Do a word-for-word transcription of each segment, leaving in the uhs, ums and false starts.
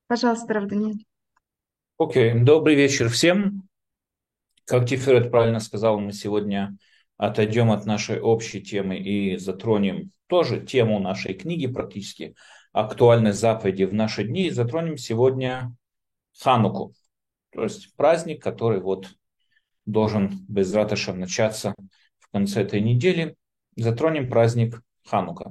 Пожалуйста, Рав Даниэль. Окей, добрый вечер всем. Как Тиферет правильно сказал, мы сегодня отойдем от нашей общей темы и затронем тоже тему нашей книги, практически актуальной заповеди в наши дни. И затронем сегодня Хануку, то есть праздник, который вот должен без раташа начаться в конце этой недели. Затронем праздник Ханука.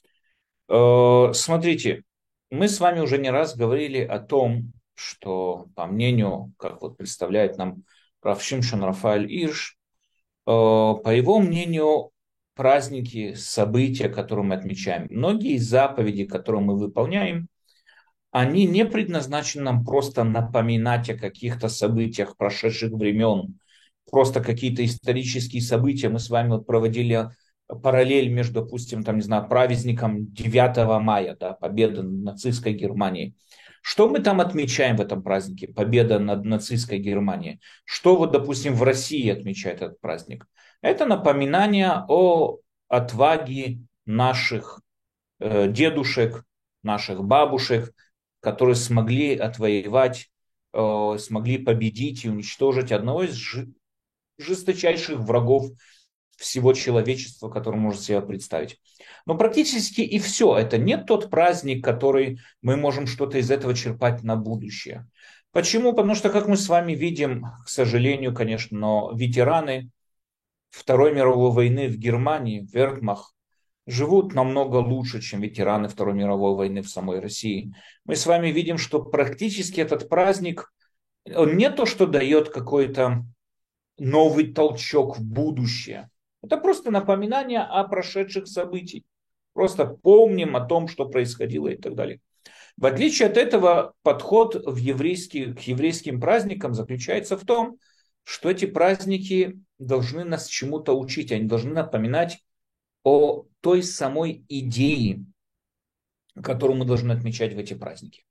Э, Смотрите, мы с вами уже не раз говорили о том, что, по мнению, как вот представляет нам Рав Шимшон Рафаэль Ирш, э, по его мнению, праздники, события, которые мы отмечаем, многие заповеди, которые мы выполняем, они не предназначены нам просто напоминать о каких-то событиях прошедших времен, просто какие-то исторические события. Мы с вами вот проводили параллель между, допустим, там, не знаю, праздником девятого мая, да, победы над нацистской Германией. Что мы там отмечаем в этом празднике, победа над нацистской Германией? Что вот, допустим, в России отмечает этот праздник? Это напоминание о отваге наших э, дедушек, наших бабушек, которые смогли отвоевать, э, смогли победить и уничтожить одного из жи- жесточайших врагов всего человечества, который можно себе представить. Но практически и все. Это не тот праздник, который мы можем что-то из этого черпать на будущее. Почему? Потому что, как мы с вами видим, к сожалению, конечно, но ветераны Второй мировой войны в Германии, в Верхмах, живут намного лучше, чем ветераны Второй мировой войны в самой России. Мы с вами видим, что практически этот праздник, он не то, что дает какой-то новый толчок в будущее. Это просто напоминание о прошедших событиях. Просто помним о том, что происходило и так далее. В отличие от этого, подход в еврейский, к еврейским праздникам заключается в том, что эти праздники должны нас чему-то учить, они должны напоминать о той самой идее, которую мы должны отмечать в эти праздники.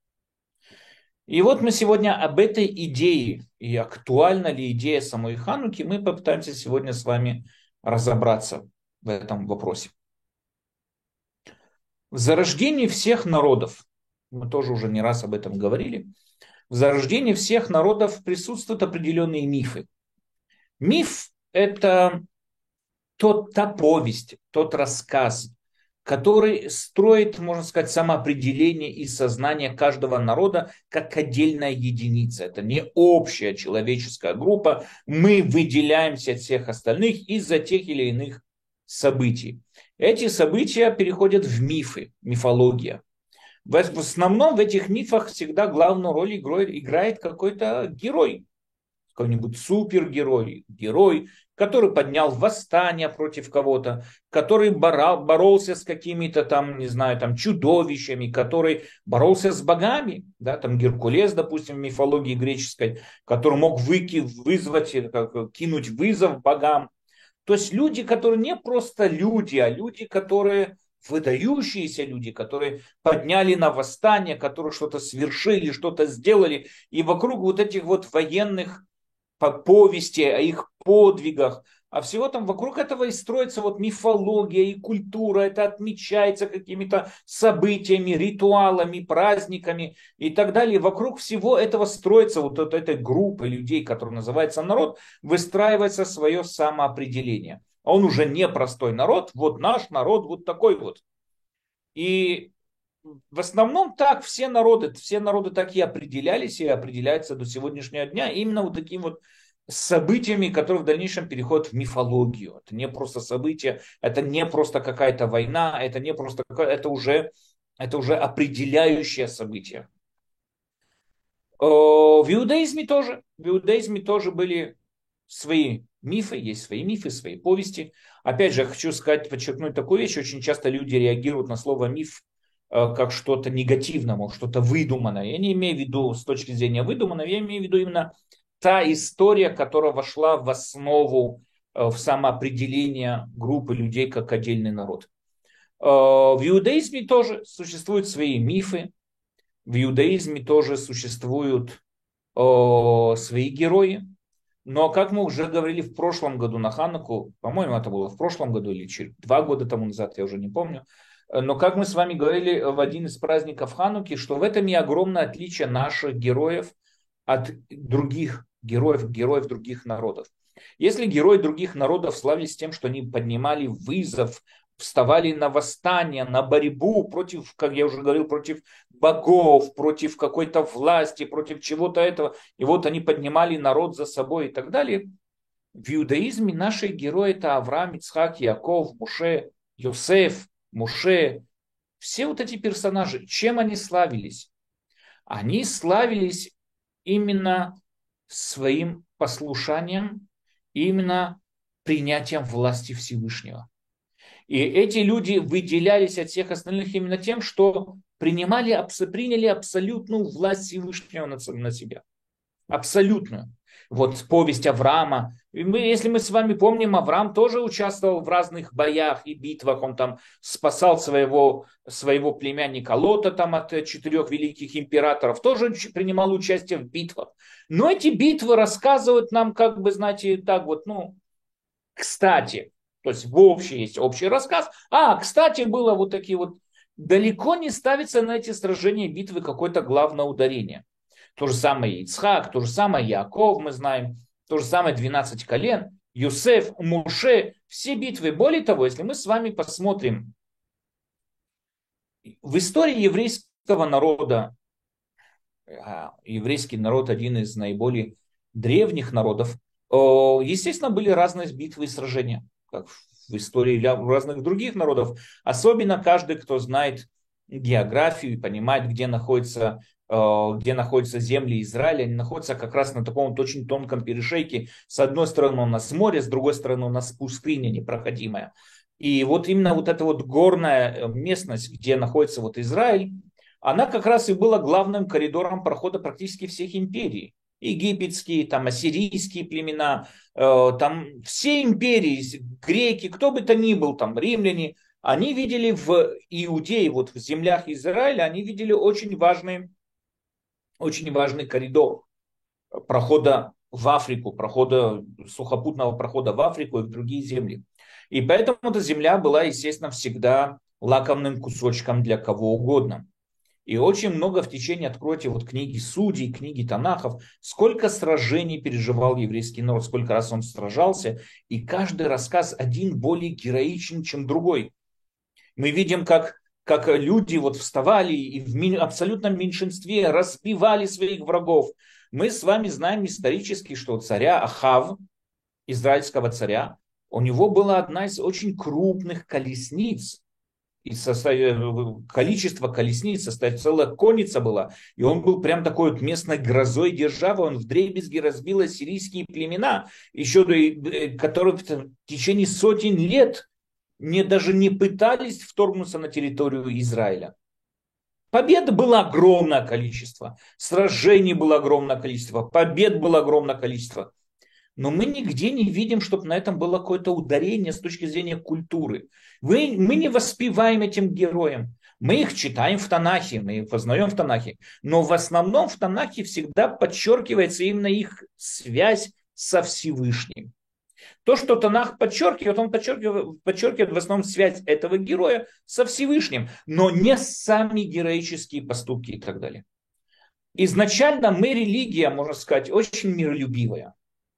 И вот мы сегодня об этой идее и актуальна ли идея самой Хануки, мы попытаемся сегодня с вами разобраться в этом вопросе. В зарождении всех народов, мы тоже уже не раз об этом говорили, в зарождении всех народов присутствуют определенные мифы. Миф– это тот, та повесть, тот рассказ, который строит, можно сказать, самоопределение и сознание каждого народа как отдельная единица. Это не общая человеческая группа. Мы выделяемся от всех остальных из-за тех или иных событий. Эти события переходят в мифы, мифология. В основном в этих мифах всегда главную роль играет какой-то герой, какой-нибудь супергерой, герой, который поднял восстание против кого-то, который боролся с какими-то там, не знаю, там чудовищами, который боролся с богами, да, там Геркулес, допустим, в мифологии греческой, который мог выки, вызвать, как, кинуть вызов богам. То есть люди, которые не просто люди, а люди, которые выдающиеся люди, которые подняли на восстание, которые что-то совершили, что-то сделали. И вокруг вот этих вот военных по повести о их подвигах, а всего там вокруг этого и строится вот мифология и культура, это отмечается какими-то событиями, ритуалами, праздниками и так далее. Вокруг всего этого строится вот от этой группы людей, которая называется народ, выстраивается свое самоопределение. А он уже не простой народ, вот наш народ вот такой вот. И в основном так все народы, все народы так и определялись и определяются до сегодняшнего дня именно вот таким вот событиями, которые в дальнейшем переходят в мифологию. Это не просто события, это не просто какая-то война, это не просто какая- это уже, это уже определяющее событие. О, В иудаизме тоже, в иудаизме тоже были свои мифы, есть свои мифы, свои повести. Опять же, я хочу сказать, подчеркнуть такую вещь. Очень часто люди реагируют на слово миф э, как что-то негативное, мол, что-то выдуманное. Я не имею в виду с точки зрения выдуманного, я имею в виду именно та история, которая вошла в основу, э, в самоопределение группы людей как отдельный народ. Э, В иудаизме тоже существуют свои мифы, в иудаизме тоже существуют о, свои герои. Но, как мы уже говорили в прошлом году на Хануку, по-моему, это было в прошлом году или через два года тому назад, я уже не помню, Но как мы с вами говорили в один из праздников Хануки, что в этом и огромное отличие наших героев от других героев, героев других народов. Если герои других народов славились тем, что они поднимали вызов, вставали на восстание, на борьбу против, как я уже говорил, против богов, против какой-то власти, против чего-то этого, и вот они поднимали народ за собой и так далее. В иудаизме наши герои — это Авраам, Ицхак, Яков, Муше, Йосеф, Муше. Все вот эти персонажи, чем они славились? Они славились именно своим послушанием, именно принятием власти Всевышнего. И эти люди выделялись от всех остальных именно тем, что принимали, приняли абсолютную власть Всевышнего на себя. Абсолютную. Вот повесть Авраама. И мы, если мы с вами помним, Авраам тоже участвовал в разных боях и битвах. Он там спасал своего, своего племянника Лота там, от четырех великих императоров. Тоже принимал участие в битвах. Но эти битвы рассказывают нам, как бы, знаете, так вот, ну, кстати. То есть в общем есть общий рассказ. А, кстати, было вот такие вот. Далеко не ставится на эти сражения битвы какое-то главное ударение. То же самое Ицхак, то же самое Яков, мы знаем, то же самое двенадцать колен, Юсеф, Муше, все битвы. Более того, если мы с вами посмотрим в истории еврейского народа, еврейский народ один из наиболее древних народов, естественно, были разные битвы и сражения, как в истории разных других народов. Особенно каждый, кто знает географию и понимает, где находится где находятся земли Израиля, они находятся как раз на таком вот очень тонком перешейке. С одной стороны у нас море, с другой стороны у нас пустыня непроходимая. И вот именно вот эта вот горная местность, где находится вот Израиль, она как раз и была главным коридором прохода практически всех империй. Египетские, там, ассирийские племена, э, там все империи, греки, кто бы то ни был, там, римляне, они видели в Иудее, вот в землях Израиля, они видели очень важные очень важный коридор прохода в Африку, прохода, сухопутного прохода в Африку и в другие земли. И поэтому эта земля была, естественно, всегда лакомым кусочком для кого угодно. И очень много в течение, откройте вот книги Судей, книги Танахов, сколько сражений переживал еврейский народ, сколько раз он сражался, и каждый рассказ один более героичен, чем другой. Мы видим, как как люди вот вставали и в абсолютном меньшинстве разбивали своих врагов. Мы с вами знаем исторически, что царя Ахав, израильского царя, у него была одна из очень крупных колесниц. И количество колесниц, целая конница была. И он был прям такой вот местной грозой державы. Он вдребезги разбил ассирийские племена, еще, которые в течение сотен лет не, даже не пытались вторгнуться на территорию Израиля. Побед было огромное количество, сражений было огромное количество, побед было огромное количество. Но мы нигде не видим, чтобы на этом было какое-то ударение с точки зрения культуры. Мы, мы не воспеваем этим героям. Мы их читаем в Танахе, мы их познаем в Танахе. Но в основном в Танахе всегда подчеркивается именно их связь со Всевышним. То, что Танах подчеркивает, он подчеркивает, подчеркивает в основном связь этого героя со Всевышним, но не сами героические поступки и так далее. Изначально мы религия, можно сказать, очень миролюбивая.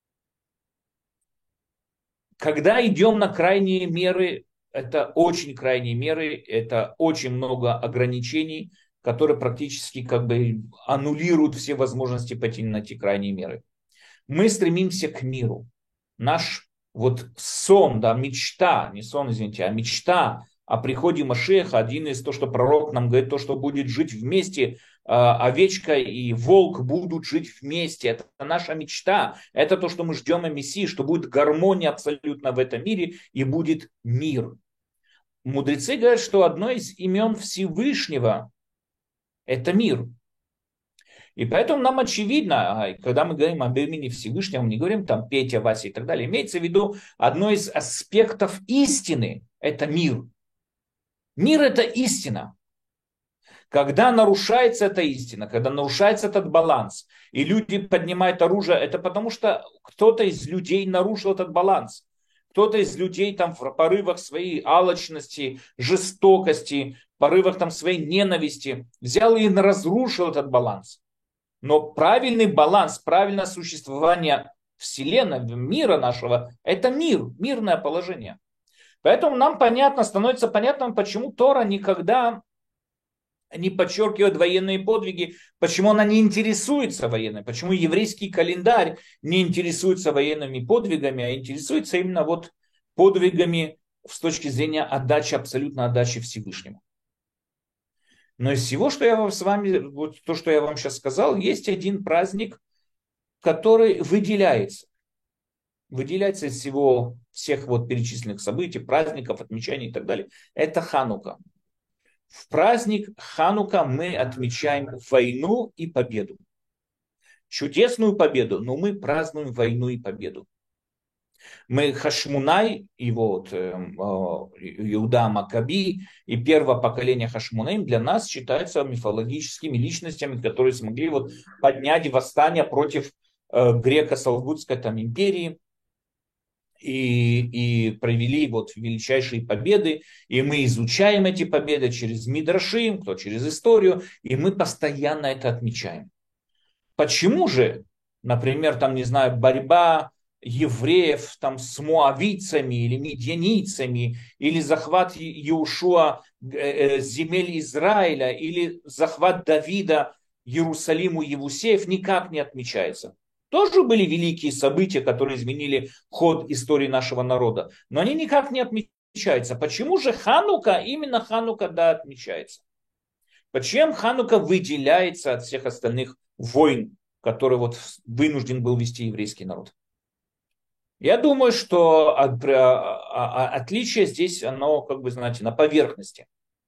Когда идем на крайние меры, это очень крайние меры, это очень много ограничений, которые практически как бы аннулируют все возможности пойти на эти крайние меры. Мы стремимся к миру. Наш вот сон, да, мечта, не сон, извините, а мечта о приходе Машеха, один из то, что пророк нам говорит, то, что будет жить вместе, овечка и волк будут жить вместе. Это наша мечта. Это то, что мы ждем от Мессии, что будет гармония абсолютно в этом мире и будет мир. Мудрецы говорят, что одно из имен Всевышнего – это мир. И поэтому нам очевидно, когда мы говорим об имени Всевышнего, мы не говорим там Петя, Вася и так далее. Имеется в виду одно из аспектов истины – это мир. Мир – это истина. Когда нарушается эта истина, когда нарушается этот баланс, и люди поднимают оружие, это потому что кто-то из людей нарушил этот баланс. кто-то из людей там в порывах своей алчности, жестокости, порывах там своей ненависти взял и разрушил этот баланс. Но правильный баланс, правильное существование Вселенной, мира нашего, это мир, мирное положение. Поэтому нам понятно, становится понятным, почему Тора никогда не подчеркивает военные подвиги, почему она не интересуется военной, почему еврейский календарь не интересуется военными подвигами, а интересуется именно вот подвигами с точки зрения отдачи, абсолютно отдачи Всевышнему. Но из всего, что я вам с вами, вот то, что я вам сейчас сказал, есть один праздник, который выделяется. Выделяется из всего, всех вот перечисленных событий, праздников, отмечаний и так далее. Это Ханука. В праздник Ханука мы отмечаем войну и победу. Чудесную победу, но мы празднуем войну и победу. Мы Хашмунай, его вот, э, Иуда Макаби и первое поколение Хашмунаим для нас считаются мифологическими личностями, которые смогли вот поднять восстание против э, греко-салгутской там империи. И, и провели вот величайшие победы, и мы изучаем эти победы через Мидрашим, кто через историю, и мы постоянно это отмечаем. Почему же, например, там, не знаю, борьба евреев там, с муавийцами или медианийцами, или захват Иешуа земель Израиля, или захват Давида Иерусалиму Евусеев никак не отмечается? Тоже были великие события, которые изменили ход истории нашего народа. Но они никак не отмечаются. Почему же Ханука, именно Ханука, да, отмечается? Почему Ханука выделяется от всех остальных войн, которые вот вынужден был вести еврейский народ? Я думаю, что от, а, отличие здесь, оно, как бы, знаете, на поверхности.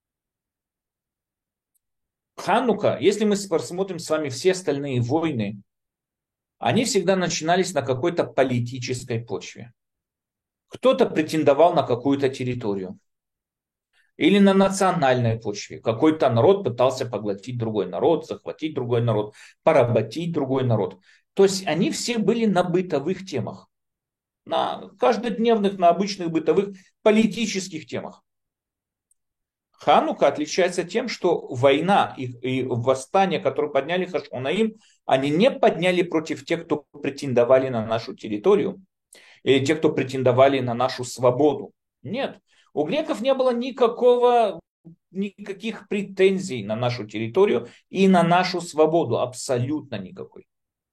Ханука, если мы посмотрим с вами все остальные войны, они всегда начинались на какой-то политической почве. Кто-то претендовал на какую-то территорию. Или на национальной почве. Какой-то народ пытался поглотить другой народ, захватить другой народ, поработить другой народ. То есть они все были на бытовых темах. На каждодневных, на обычных бытовых политических темах. Ханука отличается тем, что война и, и восстание, которые подняли Хашмонаим, они не подняли против тех, кто претендовали на нашу территорию, или тех, кто претендовали на нашу свободу. Нет. У греков не было никакого, никаких претензий на нашу территорию и на нашу свободу. Абсолютно никакой.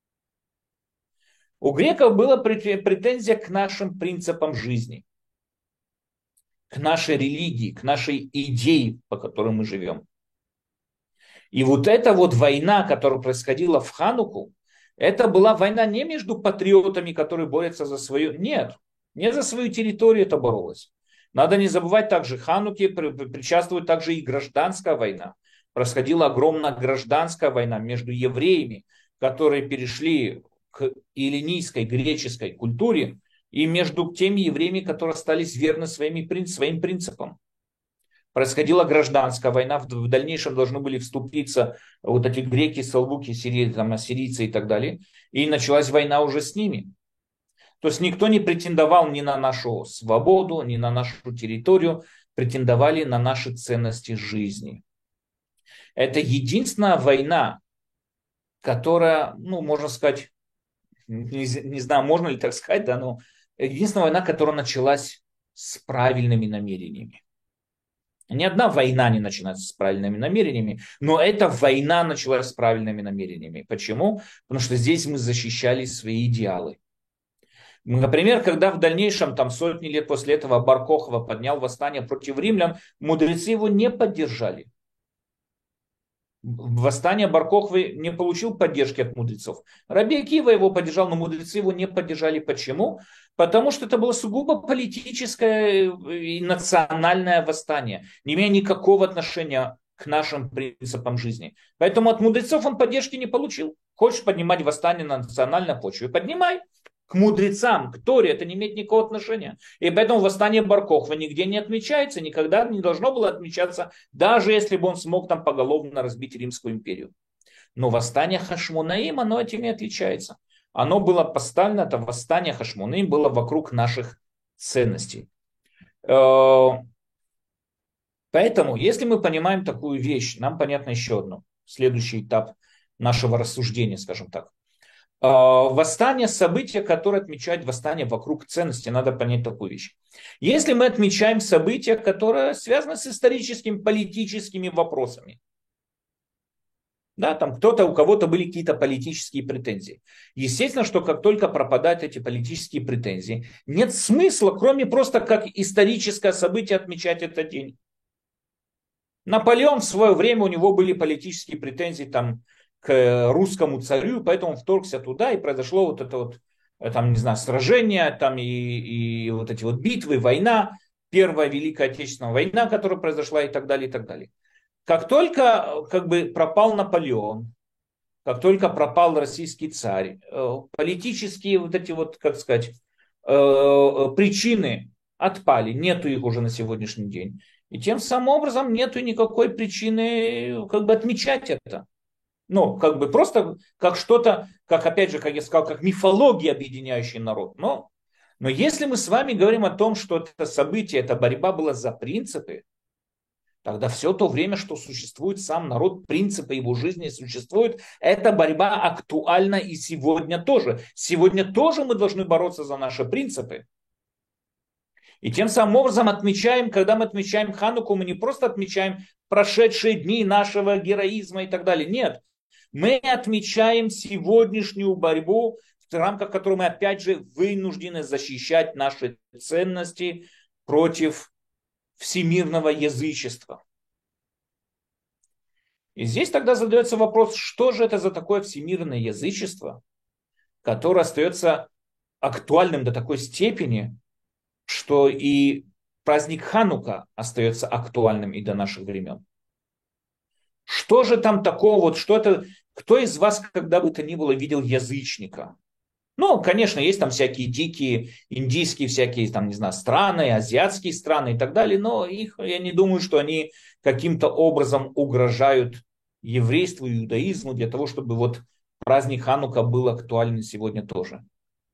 У греков была претензия к нашим принципам жизни, к нашей религии, к нашей идее, по которой мы живем. И вот эта вот война, которая происходила в Хануку, это была война не между патриотами, которые борются за свою... Нет, не за свою территорию это боролось. Надо не забывать также, Хануке причастствует также и гражданская война. Происходила огромная гражданская война между евреями, которые перешли к эллинийской, греческой культуре, и между теми евреями, которые остались верны своими, своим принципам. Происходила гражданская война, в дальнейшем должны были вступиться вот эти греки, салвуки, сирийцы, там, ассирийцы и так далее. И началась война уже с ними. То есть никто не претендовал ни на нашу свободу, ни на нашу территорию, претендовали на наши ценности жизни. Это единственная война, которая, ну, можно сказать, не, не знаю, можно ли так сказать, да, но единственная война, которая началась с правильными намерениями. Ни одна война не начинается с правильными намерениями, но эта война началась с правильными намерениями. Почему? Потому что здесь мы защищали свои идеалы. Например, когда в дальнейшем, там, сотни лет после этого, Бар-Кохба поднял восстание против римлян, мудрецы его не поддержали. Восстание Бар-Кохбы не получил поддержки от мудрецов. Раби Акива его поддержал, но мудрецы его не поддержали. Почему? Потому что это было сугубо политическое и национальное восстание, не имея никакого отношения к нашим принципам жизни. Поэтому от мудрецов он поддержки не получил. Хочешь поднимать восстание на национальной почве? Поднимай. К мудрецам, к Торе это не имеет никакого отношения. И поэтому восстание Бар-Кохбы нигде не отмечается, никогда не должно было отмечаться, даже если бы он смог там поголовно разбить Римскую империю. Но восстание Хашмонаим, оно этим и отличается. Оно было поставлено, это восстание Хашмонаим было вокруг наших ценностей. Э, Поэтому, если мы понимаем такую вещь, нам понятно еще одно, следующий этап нашего рассуждения, скажем так. Э, Восстание – событие, которое отмечает восстание вокруг ценности. Надо понять такую вещь. Если мы отмечаем события, которые связаны с историческими, политическими вопросами, да, там кто-то, у кого-то были какие-то политические претензии. Естественно, что как только пропадают эти политические претензии, нет смысла, кроме просто как историческое событие, отмечать этот день. Наполеон в свое время, у него были политические претензии там, к русскому царю, поэтому он вторгся туда, и произошло вот это вот, там, не знаю, сражение, там, и, и вот эти вот битвы, война, Первая Великая Отечественная война, которая произошла, и так далее, и так далее. Как только как бы пропал Наполеон, как только пропал российский царь, э, политические вот эти вот, как сказать, э, причины отпали, нету их уже на сегодняшний день. И тем самым образом нету никакой причины как бы отмечать это. Ну, как бы просто как что-то, как опять же, как я сказал, как мифология, объединяющая народ. Но, но если мы с вами говорим о том, что это событие, эта борьба была за принципы, тогда все то время, что существует сам народ, принципы его жизни существуют, эта борьба актуальна и сегодня тоже. Сегодня тоже мы должны бороться за наши принципы. И тем самым образом отмечаем, когда мы отмечаем Хануку, мы не просто отмечаем прошедшие дни нашего героизма и так далее. Нет, мы отмечаем сегодняшнюю борьбу, в рамках которой мы опять же вынуждены защищать наши ценности против всемирного язычества. И здесь тогда задается вопрос, что же это за такое всемирное язычество, которое остается актуальным до такой степени, что и праздник Ханука остается актуальным и до наших времен. Что же там такого, вот что это, кто из вас, когда бы то ни было, видел язычника? Ну, конечно, есть там всякие дикие, индийские всякие, там, не знаю, страны, азиатские страны и так далее, но их, я не думаю, что они каким-то образом угрожают еврейству, иудаизму для того, чтобы вот праздник Ханука был актуален сегодня тоже.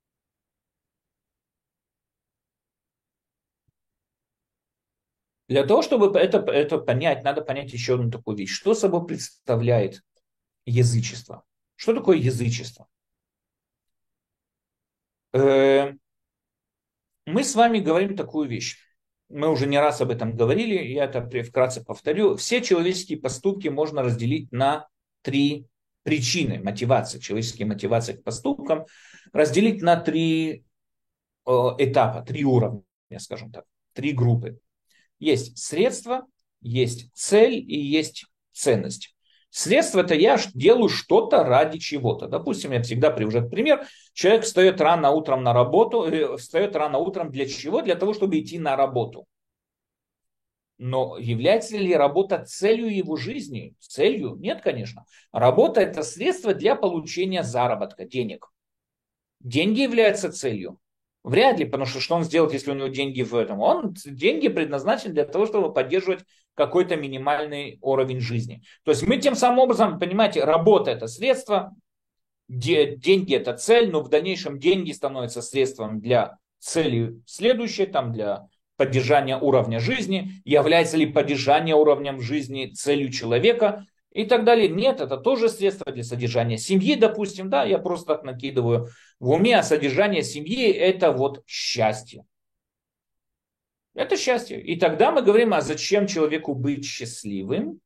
Для того, чтобы это, это понять, надо понять еще одну такую вещь. Что собой представляет язычество? Что такое язычество? Э, Мы с вами говорим такую вещь. Мы уже не раз об этом говорили, я это вкратце повторю. Все человеческие поступки можно разделить на три причины мотивации, человеческие мотивации к поступкам, разделить на три э, этапа, три уровня, скажем так, три группы. Есть средства, есть цель и есть ценность. Средство – это я делаю что-то ради чего-то. Допустим, я всегда привожу этот пример. Человек встает рано утром на работу. э, Встает рано утром для чего? Для того, чтобы идти на работу. Но является ли работа целью его жизни? Целью? Нет, конечно. Работа – это средство для получения заработка, денег. Деньги являются целью. Вряд ли, потому что что он сделает, если у него деньги в этом? Он, деньги предназначены для того, чтобы поддерживать какой-то минимальный уровень жизни. То есть мы тем самым образом, понимаете, работа – это средство, деньги – это цель, но в дальнейшем деньги становятся средством для цели следующей, там, для поддержания уровня жизни. Является ли поддержание уровнем жизни целью человека? И так далее. Нет, это тоже средство для содержания семьи, допустим, да, я просто так накидываю в уме, а содержание семьи – это вот счастье. Это счастье. И тогда мы говорим, а зачем человеку быть счастливым?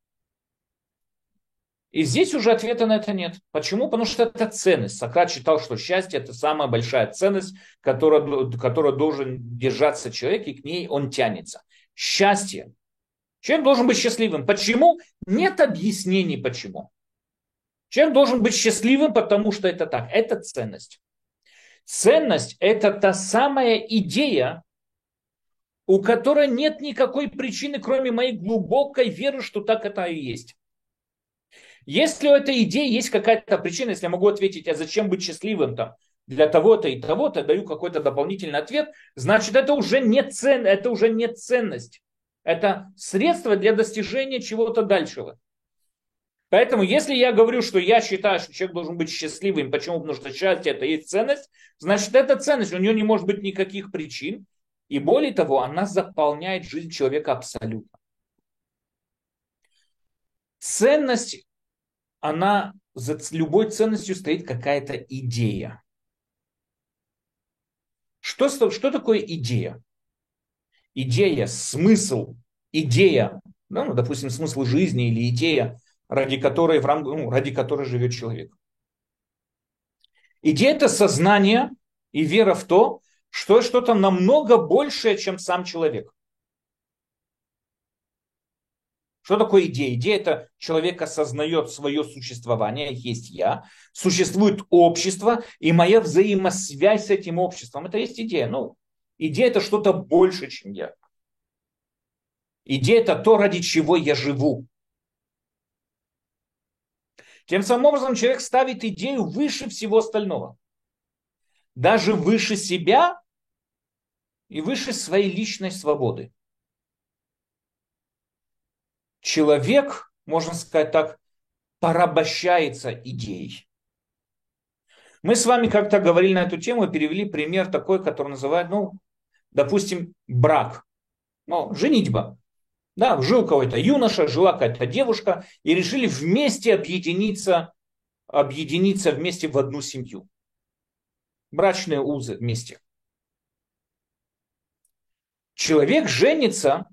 И здесь уже ответа на это нет. Почему? Потому что это ценность. Сократ считал, что счастье – это самая большая ценность, которая, которая должен держаться человек, и к ней он тянется. Счастье. Человек должен быть счастливым. Почему? Нет объяснений почему. Человек должен быть счастливым, потому что это так. Это ценность. Ценность – это та самая идея, у которой нет никакой причины, кроме моей глубокой веры, что так это и есть. Если у этой идеи есть какая-то причина, если я могу ответить, а зачем быть счастливым там, для того-то и того-то, даю какой-то дополнительный ответ, значит, это уже не цен, это уже не ценность. Это средство для достижения чего-то дальшего. Поэтому, если я говорю, что я считаю, что человек должен быть счастливым, почему? Потому что счастье – это есть ценность, значит, это ценность. У него не может быть никаких причин. И более того, она заполняет жизнь человека абсолютно. Ценность, она, за любой ценностью стоит какая-то идея. Что, что такое идея? Идея, смысл, идея, ну, ну, допустим, смысл жизни или идея, ради которой, в рам... ну, ради которой живет человек. Идея – это сознание и вера в то, что что-то намного большее, чем сам человек. Что такое идея? Идея – это человек осознает свое существование, есть я, существует общество, и моя взаимосвязь с этим обществом. Это есть идея. Ну, идея – это что-то больше, чем я. Идея – это то, ради чего я живу. Тем самым образом человек ставит идею выше всего остального. Даже выше себя и выше своей личной свободы. Человек, можно сказать так, порабощается идеей. Мы с вами как-то говорили на эту тему и перевели пример такой, который называют, ну, допустим, брак. Ну, женитьба. Да, жил какой-то юноша, жила какая-то девушка, и решили вместе объединиться, объединиться вместе в одну семью. Брачные узы вместе. Человек женится,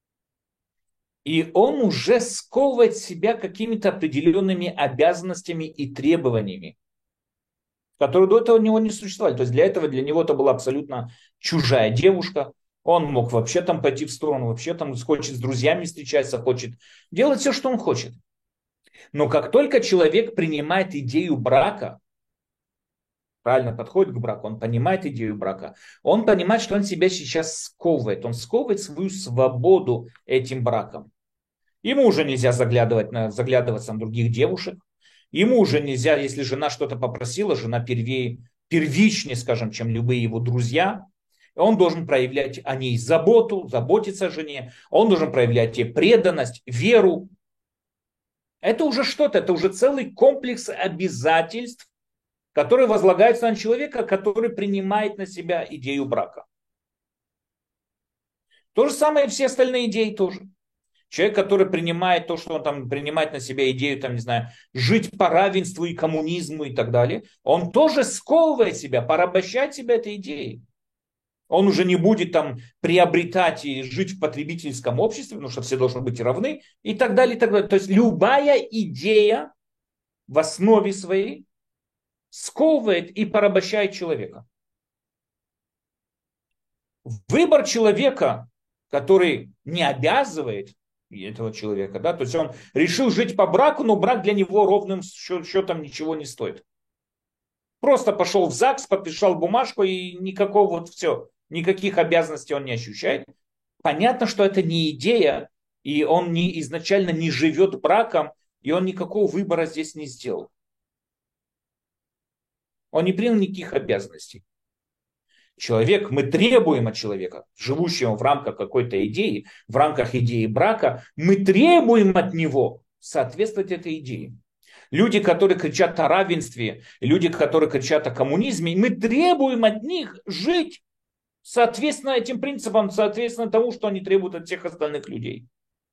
и он уже сковывает себя какими-то определенными обязанностями и требованиями, которые до этого у него не существовали. То есть для этого для него это была абсолютно чужая девушка. Он мог вообще там пойти в сторону, вообще там хочет с друзьями встречаться, хочет делать все, что он хочет. Но как только человек принимает идею брака, правильно подходит к браку, он понимает идею брака, он понимает, что он себя сейчас сковывает. Он сковывает свою свободу этим браком. Ему уже нельзя заглядывать на, заглядываться на других девушек. Ему уже нельзя, если жена что-то попросила, жена первее, первичнее, скажем, чем любые его друзья. Он должен проявлять о ней заботу, заботиться о жене. Он должен проявлять ей преданность, веру. Это уже что-то, это уже целый комплекс обязательств, которые возлагаются на человека, который принимает на себя идею брака. То же самое и все остальные идеи тоже. Человек, который принимает то, что он там принимает на себя идею, там, не знаю, жить по равенству и коммунизму и так далее, он тоже сковывает себя, порабощает себя этой идеей. Он уже не будет там приобретать и жить в потребительском обществе, потому что все должны быть равны и так далее, и так далее. То есть любая идея в основе своей сковывает и порабощает человека. Выбор человека, который не обязывает этого человека, да, то есть он решил жить по браку, но брак для него ровным счетом ничего не стоит. Просто пошел в ЗАГС, подписал бумажку и никакого вот все, никаких обязанностей он не ощущает. Понятно, что это не идея, и он не, изначально не живет браком, и он никакого выбора здесь не сделал. Он не принял никаких обязанностей. Человек, мы требуем от человека, живущего в рамках какой-то идеи, в рамках идеи брака, мы требуем от него соответствовать этой идее. Люди, которые кричат о равенстве, люди, которые кричат о коммунизме, мы требуем от них жить соответственно этим принципам, соответственно тому, что они требуют от всех остальных людей.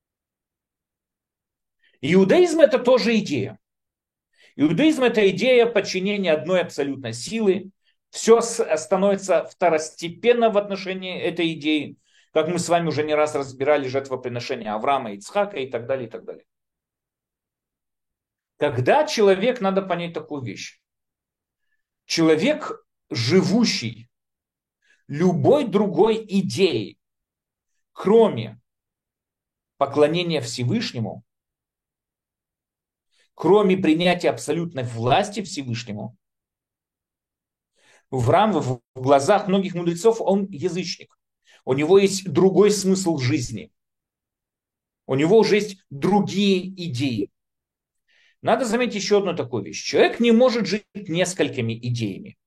Иудаизм – это тоже идея. Иудаизм – это идея подчинения одной абсолютной силы. Все становится второстепенно в отношении этой идеи, как мы с вами уже не раз разбирали жертвоприношения Авраама, Ицхака и так далее, и так далее. Когда человек, надо понять такую вещь. Человек, живущий любой другой идеей, кроме поклонения Всевышнему, кроме принятия абсолютной власти Всевышнему, в, рам, в глазах многих мудрецов он язычник. У него есть другой смысл жизни. У него уже есть другие идеи. Надо заметить еще одну такую вещь. Человек не может жить несколькими идеями.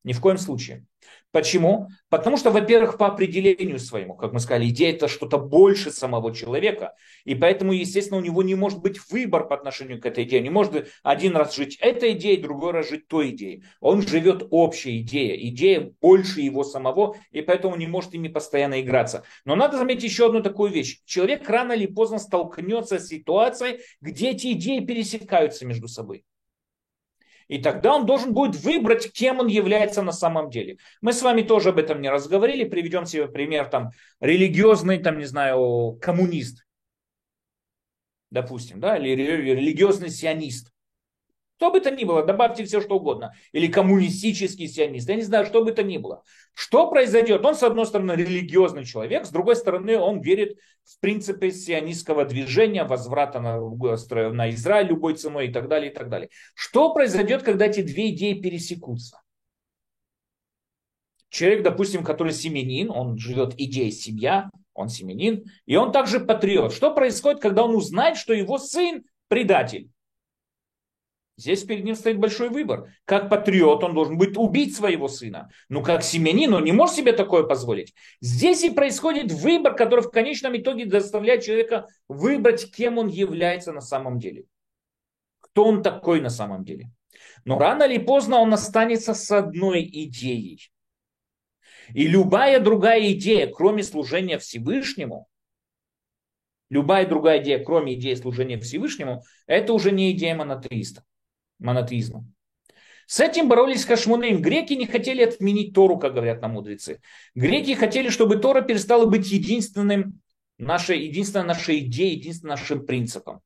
Ни в коем случае. Почему? Потому что, во-первых, по определению своему, как мы сказали, идея это что-то больше самого человека, и поэтому, естественно, у него не может быть выбор по отношению к этой идее. Он не может один раз жить этой идеей, другой раз жить той идеей. Он живет общей идеей, идея больше его самого, и поэтому не может ими постоянно играться. Но надо заметить еще одну такую вещь. Человек рано или поздно столкнется с ситуацией, где эти идеи пересекаются между собой. И тогда он должен будет выбрать, кем он является на самом деле. Мы с вами тоже об этом не раз говорили. Приведем себе пример, там, религиозный, там, не знаю, коммунист, допустим, да, или религиозный сионист. Что бы то ни было, добавьте все, что угодно. Или коммунистический сионист, я не знаю, что бы то ни было. Что произойдет? Он, с одной стороны, религиозный человек, с другой стороны, он верит в принципы сионистского движения, возврата на, на Израиль любой ценой и так далее, и так далее. Что произойдет, когда эти две идеи пересекутся? Человек, допустим, который семьянин, он живет идеей семья, он семьянин, и он также патриот. Что происходит, когда он узнает, что его сын предатель? Здесь перед ним стоит большой выбор. Как патриот он должен будет убить своего сына. Но как семьянин он не может себе такое позволить. Здесь и происходит выбор, который в конечном итоге заставляет человека выбрать, кем он является на самом деле. Кто он такой на самом деле. Но рано или поздно он останется с одной идеей. И любая другая идея, кроме служения Всевышнему, любая другая идея, кроме идеи служения Всевышнему, это уже не идея монотеиста. Монотеизма. С этим боролись хашмонеим. Греки не хотели отменить Тору, как говорят нам мудрецы. Греки хотели, чтобы Тора перестала быть единственным нашей, единственной нашей идеей, единственным нашим принципом.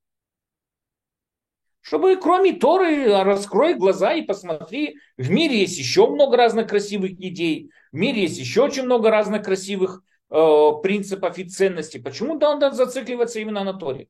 Чтобы кроме Торы раскрой глаза и посмотри, в мире есть еще много разных красивых идей, в мире есть еще очень много разных красивых э, принципов и ценностей. Почему да, надо зацикливаться именно на Торе?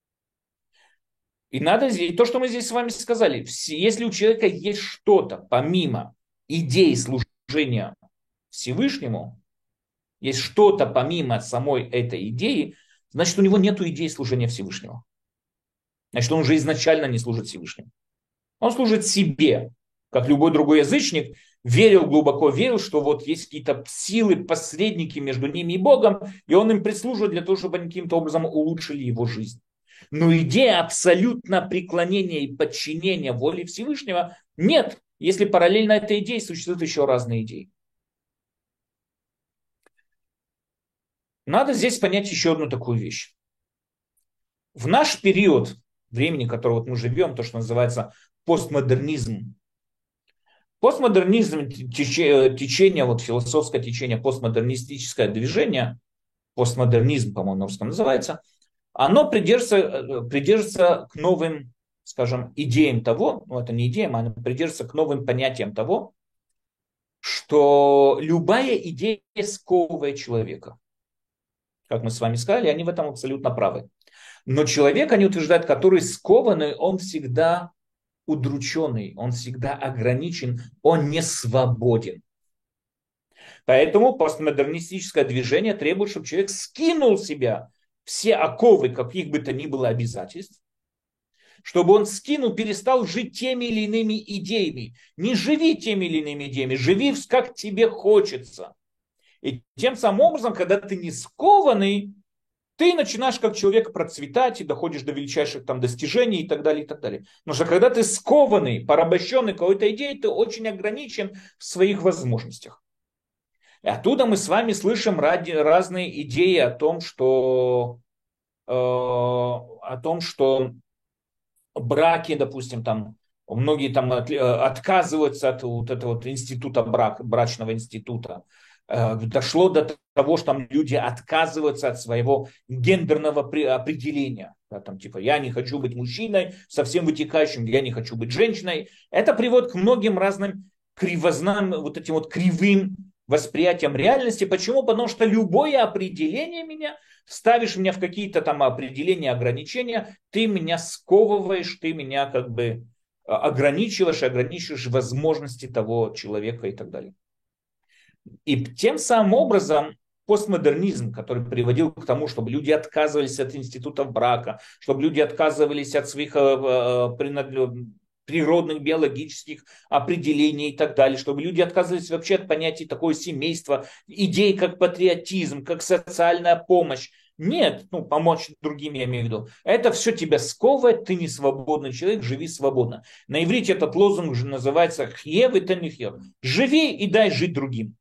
И надо здесь, то, что мы здесь с вами сказали, если у человека есть что-то помимо идеи служения Всевышнему, есть что-то помимо самой этой идеи, значит, у него нет идеи служения Всевышнему. Значит, он уже изначально не служит Всевышнему. Он служит себе, как любой другой язычник, верил, глубоко верил, что вот есть какие-то силы, посредники между ними и Богом, и он им прислуживает для того, чтобы они каким-то образом улучшили его жизнь. Но идея абсолютно преклонения и подчинения воле Всевышнего нет, если параллельно этой идее существуют еще разные идеи. Надо здесь понять еще одну такую вещь. В наш период времени, в котором вот мы живем, то, что называется постмодернизм, постмодернизм, течение, течение вот философское течение, постмодернистическое движение, постмодернизм, по-моему, на русском называется, оно придерживается, придерживается к новым, скажем, идеям того, ну это не идеям, оно придерживается к новым понятиям того, что любая идея сковывает человека. Как мы с вами сказали, они в этом абсолютно правы. Но человек, они утверждают, который скованный, он всегда удрученный, он всегда ограничен, он не свободен. Поэтому постмодернистическое движение требует, чтобы человек скинул с себя все оковы, каких бы то ни было обязательств, чтобы он скинул, перестал жить теми или иными идеями. Не живи теми или иными идеями, живи как тебе хочется. И тем самым образом, когда ты не скованный, ты начинаешь как человек процветать и доходишь до величайших там достижений и так далее, и так далее. Потому что когда ты скованный, порабощенный какой-то идеей, ты очень ограничен в своих возможностях. И оттуда мы с вами слышим ради, разные идеи о том, что, э, о том, что браки, допустим, там, многие там от, отказываются от вот этого вот института брак, брачного института. Э, дошло до того, что там люди отказываются от своего гендерного определения. Да, там, типа, я не хочу быть мужчиной, со всем вытекающим, я не хочу быть женщиной. Это приводит к многим разным кривознам, вот этим вот кривым восприятием реальности. Почему? Потому что любое определение меня, ставишь меня в какие-то там определения, ограничения, ты меня сковываешь, ты меня как бы ограничиваешь, ограничиваешь возможности того человека и так далее. И тем самым образом постмодернизм, который приводил к тому, чтобы люди отказывались от институтов брака, чтобы люди отказывались от своих природных, биологических определений и так далее, чтобы люди отказывались вообще от понятия такого семейства, идей как патриотизм, как социальная помощь. Нет, ну, помочь другим, я имею в виду. Это все тебя сковывает, ты не свободный человек, живи свободно. На иврите этот лозунг же называется «Хьев и танихьев». Живи и дай жить другим.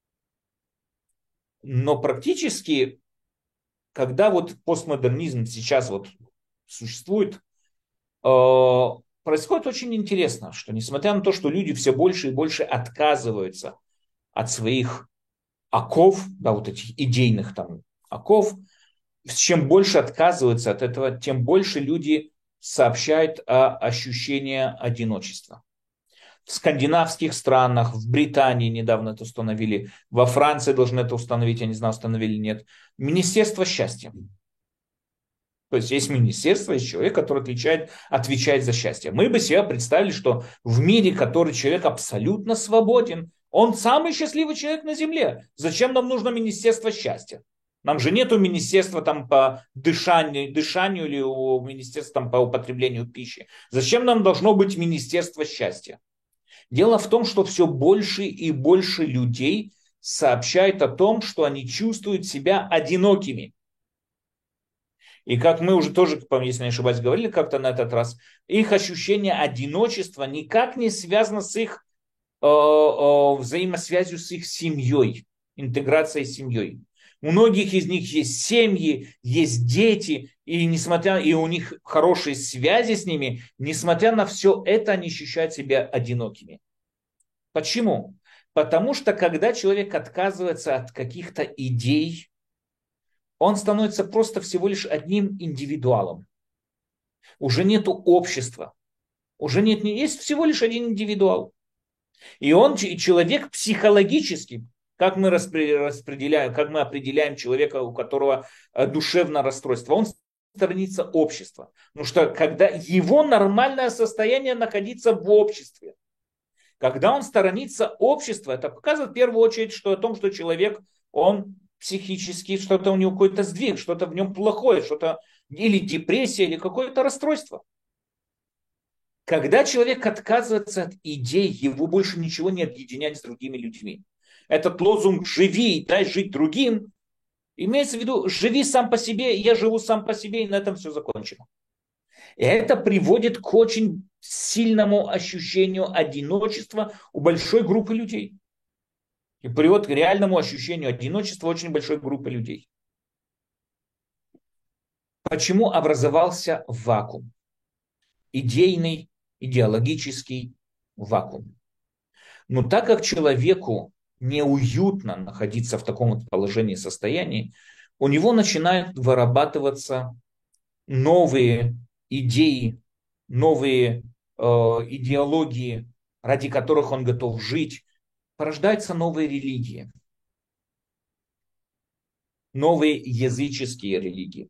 Но практически, когда вот постмодернизм сейчас вот существует, э, происходит очень интересно, что несмотря на то, что люди все больше и больше отказываются от своих оков, да, вот этих идейных там оков, чем больше отказываются от этого, тем больше люди сообщают о ощущении одиночества. В скандинавских странах, в Британии недавно это установили, во Франции должны это установить, я не знаю, установили или нет. Министерство счастья. То есть есть министерство, есть человек, который отвечает, отвечает за счастье. Мы бы себе представили, что в мире, который человек абсолютно свободен, он самый счастливый человек на земле. Зачем нам нужно министерство счастья? Нам же нету министерства там по дышанию, дышанию или у министерства там по употреблению пищи. Зачем нам должно быть министерство счастья? Дело в том, что все больше и больше людей сообщают о том, что они чувствуют себя одинокими. И как мы уже тоже, если не ошибаюсь, говорили как-то на этот раз, их ощущение одиночества никак не связано с их э, э, взаимосвязью с их семьей, интеграцией с семьей. У многих из них есть семьи, есть дети, и, несмотря, и у них хорошие связи с ними, несмотря на все это, они ощущают себя одинокими. Почему? Потому что когда человек отказывается от каких-то идей, он становится просто всего лишь одним индивидуалом. Уже нету общества. Уже нет, не есть всего лишь один индивидуал. И он, и человек психологически, как мы распределяем, как мы определяем человека, у которого душевное расстройство, он сторонится общества. Потому что когда его нормальное состояние находиться в обществе, когда он сторонится общества, это показывает в первую очередь, что о том, что человек, он психически, что-то у него какой-то сдвиг, что-то в нем плохое, что-то или депрессия, или какое-то расстройство. Когда человек отказывается от идей, его больше ничего не объединяет с другими людьми. Этот лозунг «живи и дай жить другим» имеется в виду «живи сам по себе, я живу сам по себе», и на этом все закончено. И это приводит к очень сильному ощущению одиночества у большой группы людей. И приводит к реальному ощущению одиночества очень большой группы людей. Почему образовался вакуум? Идейный, идеологический вакуум. Но так как человеку неуютно находиться в таком вот положении, состоянии, у него начинают вырабатываться новые идеи, новые э, идеологии, ради которых он готов жить. Порождаются новые религии, новые языческие религии.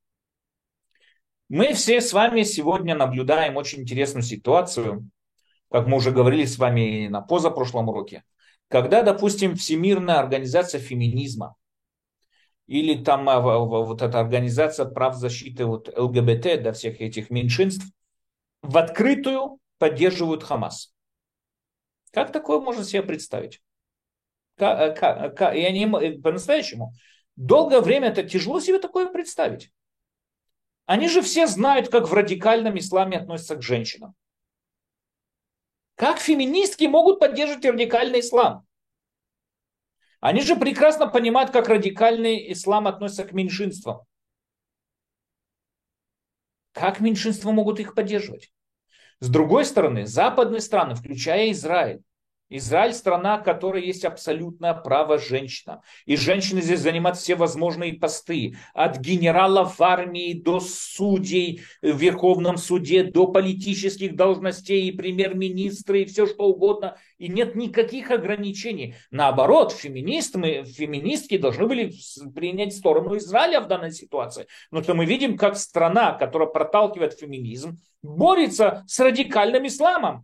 Мы все с вами сегодня наблюдаем очень интересную ситуацию, как мы уже говорили с вами на позапрошлом уроке, когда, допустим, Всемирная организация феминизма или там а, вот эта организация прав защиты вот, ЛГБТ, да, всех этих меньшинств, в открытую поддерживают Хамас. Как такое можно себе представить? Как, как, как, я не, по-настоящему. Долгое время это тяжело себе такое представить. Они же все знают, как в радикальном исламе относятся к женщинам. Как феминистки могут поддерживать радикальный ислам? Они же прекрасно понимают, как радикальный ислам относится к меньшинствам. Как меньшинства могут их поддерживать? С другой стороны, западные страны, включая Израиль, Израиль страна, в которой есть абсолютное право женщинам. И женщины здесь занимают все возможные посты. От генералов в армии до судей в Верховном суде, до политических должностей и премьер-министра и все что угодно. И нет никаких ограничений. Наоборот, феминисты, феминистки должны были принять сторону Израиля в данной ситуации. Но то мы видим, как страна, которая проталкивает феминизм, борется с радикальным исламом.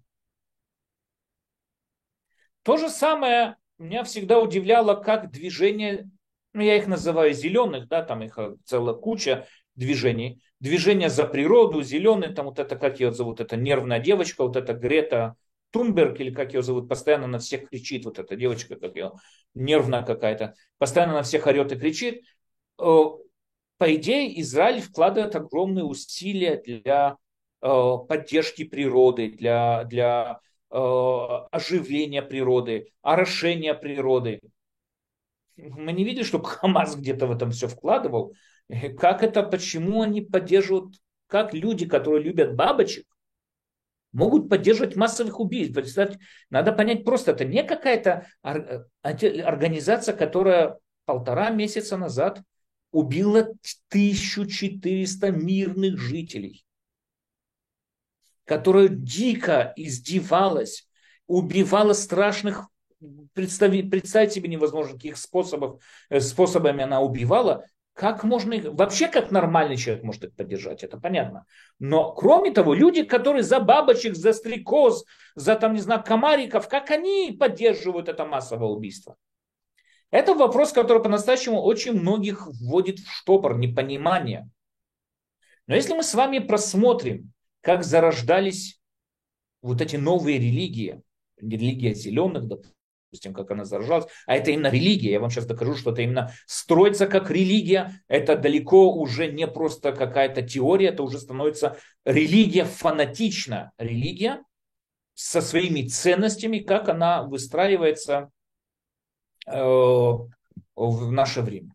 То же самое меня всегда удивляло, как движение, ну я их называю зеленых, да, там их целая куча движений, движение за природу, зеленый, там вот это, как ее зовут, это нервная девочка, вот эта Грета Тунберг, или как ее зовут, постоянно на всех кричит, вот эта девочка, как ее, нервная какая-то, постоянно на всех орет и кричит. Э, По идее, Израиль вкладывает огромные усилия для э, поддержки природы, для, для э, оживления природы, орошения природы. Мы не видели, чтобы Хамас где-то в этом все вкладывал. Как это, почему они поддерживают, как люди, которые любят бабочек, могут поддерживать массовых убийств? Представьте, надо понять просто, это не какая-то организация, которая полтора месяца назад убила тысячу четыреста мирных жителей, которая дико издевалась, убивала страшных, представить, представить себе невозможно, каких способов, э, способами она убивала. Как можно их, вообще как нормальный человек может их поддержать, это понятно. Но кроме того, люди, которые за бабочек, за стрекоз, за там, не знаю, комариков, как они поддерживают это массовое убийство? Это вопрос, который по-настоящему очень многих вводит в штопор, непонимание. Но если мы с вами просмотрим, как зарождались вот эти новые религии, религия зеленых, допустим, как она зарождалась, а это именно религия, я вам сейчас докажу, что это именно строится как религия, это далеко уже не просто какая-то теория, это уже становится религия фанатичная, религия со своими ценностями, как она выстраивается э, в наше время.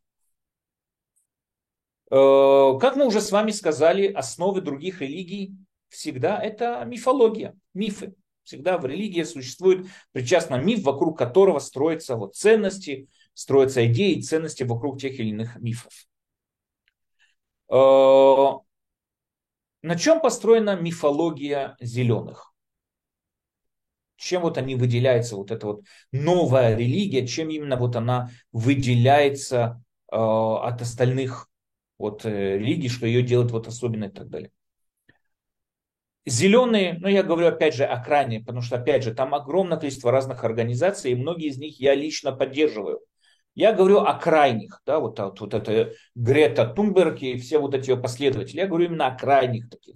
Э, как мы уже с вами сказали, основы других религий всегда это мифология, мифы. Всегда в религии существует причастно миф, вокруг которого строятся вот ценности, строятся идеи и ценности вокруг тех или иных мифов. Э, на чем построена мифология зеленых? Чем вот они выделяются, вот эта вот новая религия, чем именно вот она выделяется э, от остальных вот, э, религий, что ее делает вот особенной и так далее. Зеленые, ну я говорю опять же о крайне, потому что опять же там огромное количество разных организаций, и многие из них я лично поддерживаю. Я говорю о крайних, да, вот, вот, вот это Грета Тунберг и все вот эти ее последователи. Я говорю именно о крайних таких.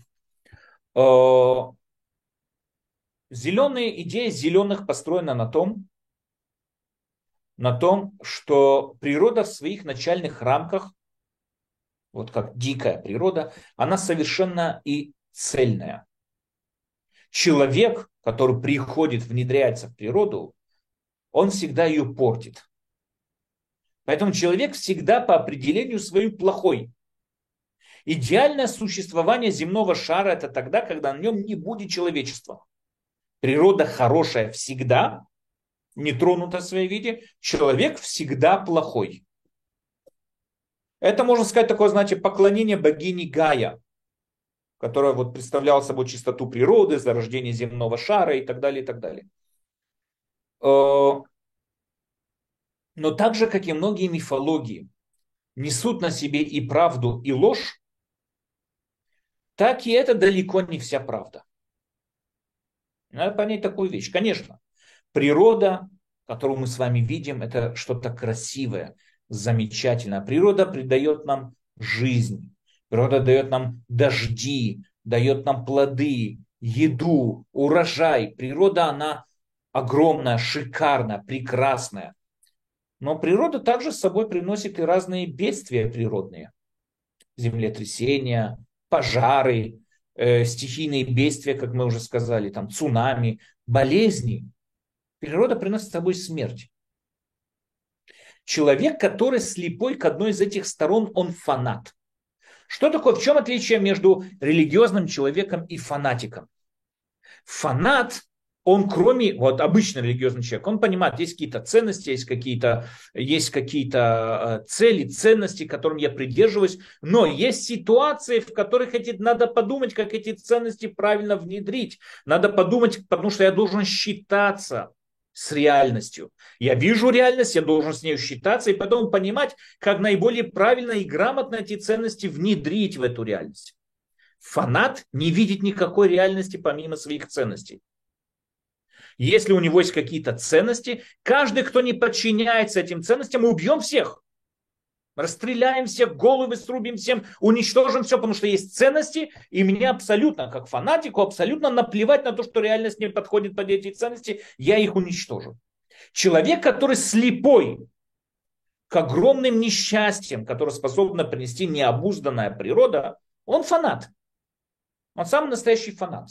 Зеленые, идея зеленых построена на том, на том, что природа в своих начальных рамках, вот как дикая природа, она совершенно и цельная. Человек, который приходит, внедряется в природу, он всегда ее портит. Поэтому человек всегда по определению своему плохой. Идеальное существование земного шара – это тогда, когда на нем не будет человечества. Природа хорошая всегда, не тронута в своей виде. Человек всегда плохой. Это, можно сказать, такое, знаете, поклонение богини Гая, которая вот представляла собой чистоту природы, зарождение земного шара и так далее, и так далее. Но так же, как и многие мифологии, несут на себе и правду, и ложь, так и это далеко не вся правда. Надо понять такую вещь. Конечно, природа, которую мы с вами видим, это что-то красивое, замечательное. Природа придает нам жизнь. Природа дает нам дожди, дает нам плоды, еду, урожай. Природа, она огромная, шикарная, прекрасная. Но природа также с собой приносит и разные бедствия природные. Землетрясения, пожары, э, стихийные бедствия, как мы уже сказали, там, цунами, болезни. Природа приносит с собой смерть. Человек, который слепой к одной из этих сторон, он фанат. Что такое, в чем отличие между религиозным человеком и фанатиком? Фанат, он кроме, вот обычный религиозный человек, он понимает, есть какие-то ценности, есть какие-то, есть какие-то цели, ценности, которым я придерживаюсь, но есть ситуации, в которых эти, надо подумать, как эти ценности правильно внедрить. Надо подумать, потому что я должен считаться с реальностью. Я вижу реальность, я должен с ней считаться и потом понимать, как наиболее правильно и грамотно эти ценности внедрить в эту реальность. Фанат не видит никакой реальности помимо своих ценностей. Если у него есть какие-то ценности, каждый, кто не подчиняется этим ценностям, мы убьем всех. Расстреляем всех, головы срубим всем, уничтожим все, потому что есть ценности, и мне абсолютно, как фанатику, абсолютно наплевать на то, что реальность не подходит под эти ценности, я их уничтожу. Человек, который слепой к огромным несчастьям, которые способна принести необузданная природа, он фанат. Он самый настоящий фанат.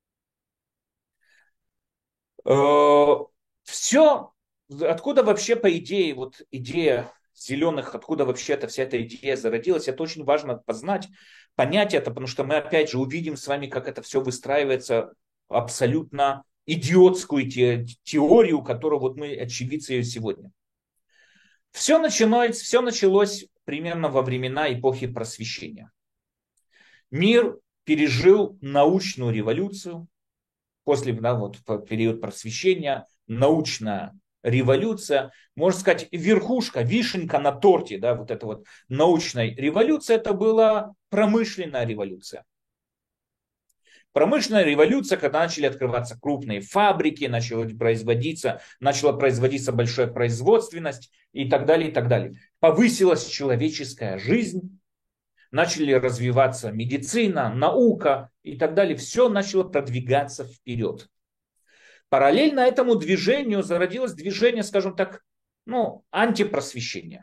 Все, откуда вообще, по идее, вот идея зеленых, откуда вообще эта вся эта идея зародилась, это очень важно познать, понять это, потому что мы опять же увидим с вами, как это все выстраивается абсолютно идиотскую те, теорию, которую вот мы очевидцы ее сегодня. Все началось, все началось примерно во времена эпохи просвещения. Мир пережил научную революцию, после, да, вот, в период просвещения, научная революция, можно сказать, верхушка, вишенка на торте, да, вот эта вот научная революция, это была промышленная революция. Промышленная революция, когда начали открываться крупные фабрики, начало производиться, начала производиться большая производственность и так далее, и так далее. Повысилась человеческая жизнь, начали развиваться медицина, наука и так далее. Все начало продвигаться вперед. Параллельно этому движению зародилось движение, скажем так, ну, антипросвещения.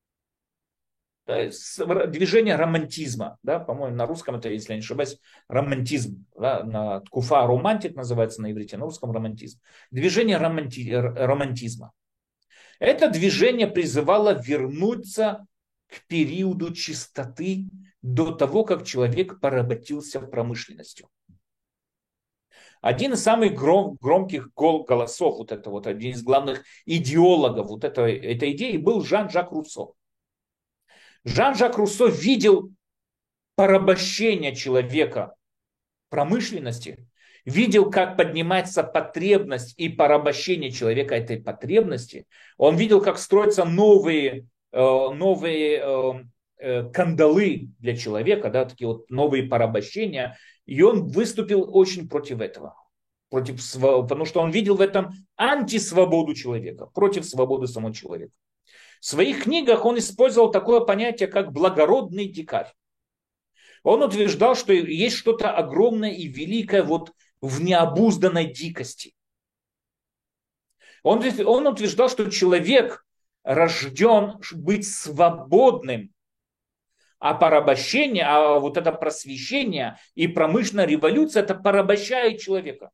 Движение романтизма, да, по-моему, на русском это, если я не ошибаюсь, романтизм, да, на ткуфа романтик называется на иврите, на русском романтизм. Движение романти, романтизма. Это движение призывало вернуться к периоду чистоты до того, как человек поработился промышленностью. Один из самых гром, громких голосов, вот это вот, один из главных идеологов вот этой, этой идеи был Жан-Жак Руссо. Жан-Жак Руссо видел порабощение человека промышленности, видел, как поднимается потребность и порабощение человека этой потребности. Он видел, как строятся новые, новые кандалы для человека, да, такие вот новые порабощения. И он выступил очень против этого. Против, потому что он видел в этом антисвободу человека, против свободы самого человека. В своих книгах он использовал такое понятие, как благородный дикарь. Он утверждал, что есть что-то огромное и великое вот в необузданной дикости. Он, он утверждал, что человек рожден быть свободным, а порабощение, а вот это просвещение и промышленная революция, это порабощает человека.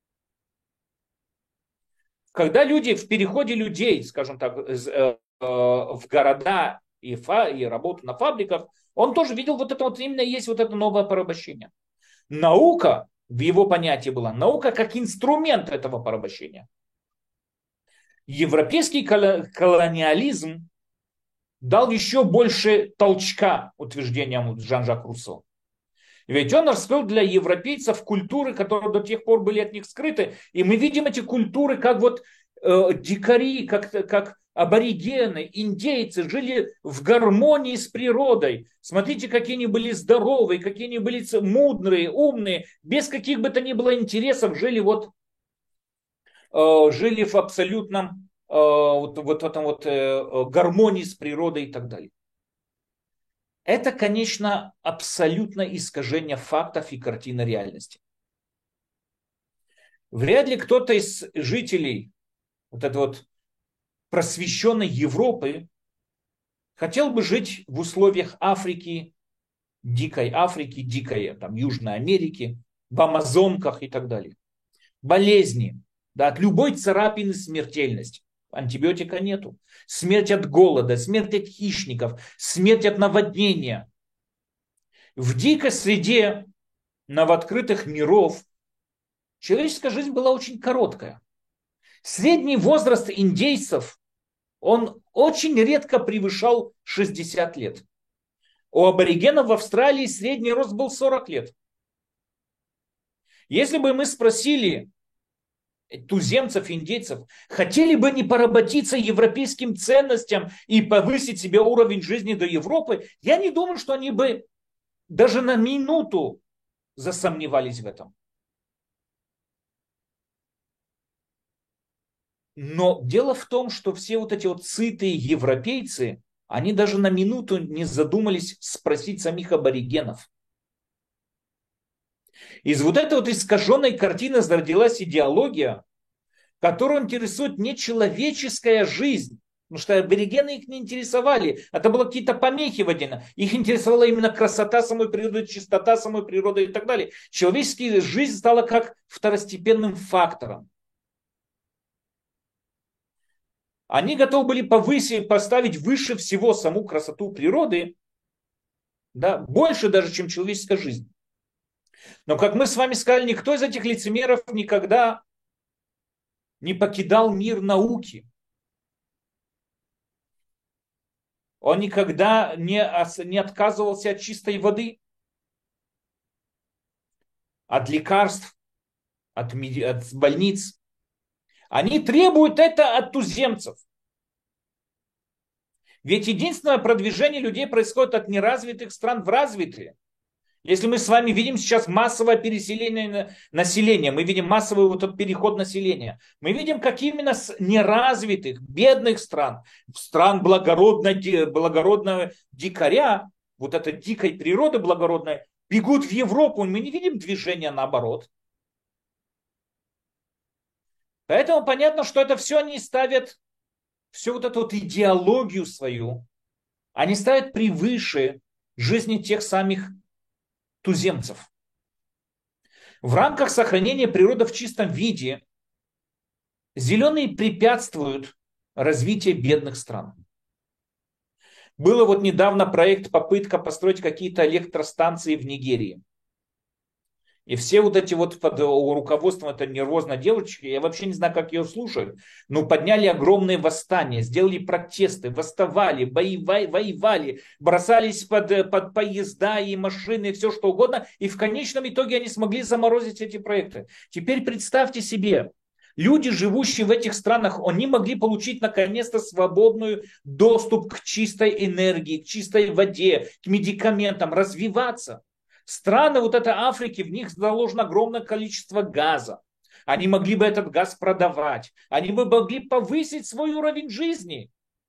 Когда люди в переходе людей, скажем так, в города и, фа, и работу на фабриках, он тоже видел вот это вот, именно есть вот это новое порабощение. Наука, в его понятии была, наука как инструмент этого порабощения. Европейский колониализм дал еще больше толчка утверждениям Жан-Жак Руссо. Ведь он раскрыл для европейцев культуры, которые до тех пор были от них скрыты. И мы видим эти культуры, как вот э, дикари, как, как аборигены, индейцы жили в гармонии с природой. Смотрите, какие они были здоровые, какие они были мудрые, умные, без каких бы то ни было интересов жили, вот, э, жили в абсолютном э, вот, вот этом вот, э, гармонии с природой и так далее. Это, конечно, абсолютно искажение фактов и картины реальности. Вряд ли кто-то из жителей вот этой вот просвещенной Европы хотел бы жить в условиях Африки, дикой Африки, дикой там, Южной Америки, в Амазонках и так далее. Болезни, да, от любой царапины смертельность. Антибиотика нету. Смерть от голода, смерть от хищников, смерть от наводнения. В дикой среде новооткрытых миров человеческая жизнь была очень короткая. Средний возраст индейцев, он очень редко превышал шестьдесят лет. У аборигенов в Австралии средний рост был сорок лет. Если бы мы спросили туземцев, индейцев, хотели бы они поработиться европейским ценностям и повысить себе уровень жизни до Европы, я не думаю, что они бы даже на минуту засомневались в этом. Но дело в том, что все вот эти вот сытые европейцы, Они даже на минуту не задумались спросить самих аборигенов. Из вот этой вот искаженной картины зародилась идеология, которую интересует не человеческая жизнь, потому что аборигены их не интересовали. Это было какие-то помехи в один. Их интересовала именно красота самой природы, чистота самой природы и так далее. Человеческая жизнь стала как второстепенным фактором. Они готовы были повысить, поставить выше всего саму красоту природы, да, больше даже, чем человеческая жизнь. Но, как мы с вами сказали, никто из этих лицемеров никогда не покидал мир науки. Он никогда не, не отказывался от чистой воды, от лекарств, от, от больниц. Они требуют это от туземцев. Ведь единственное продвижение людей происходит от неразвитых стран в развитые. Если мы с вами видим сейчас массовое переселение населения, мы видим массовый вот этот переход населения, мы видим, как именно с неразвитых, бедных стран, стран благородного, благородного дикаря, вот этой дикой природы благородной, бегут в Европу. Мы не видим движения наоборот. Поэтому понятно, что это все они ставят, всю вот эту вот идеологию свою, они ставят превыше жизни тех самих туземцев. В рамках сохранения природы в чистом виде зеленые препятствуют развитию бедных стран. Было вот недавно проект, попытка построить какие-то электростанции в Нигерии. И все вот эти вот под руководством этой нервозной девочки, я вообще не знаю, как ее слушают, но подняли огромные восстания, сделали протесты, восставали, воевали, воевали бросались под, под поезда и машины, и все что угодно. И в конечном итоге они смогли заморозить эти проекты. Теперь представьте себе, люди, живущие в этих странах, они могли получить наконец-то свободный доступ к чистой энергии, к чистой воде, к медикаментам, развиваться. Страны вот этой Африки, в них заложено огромное количество газа. Они могли бы этот газ продавать. Они бы могли повысить свой уровень жизни.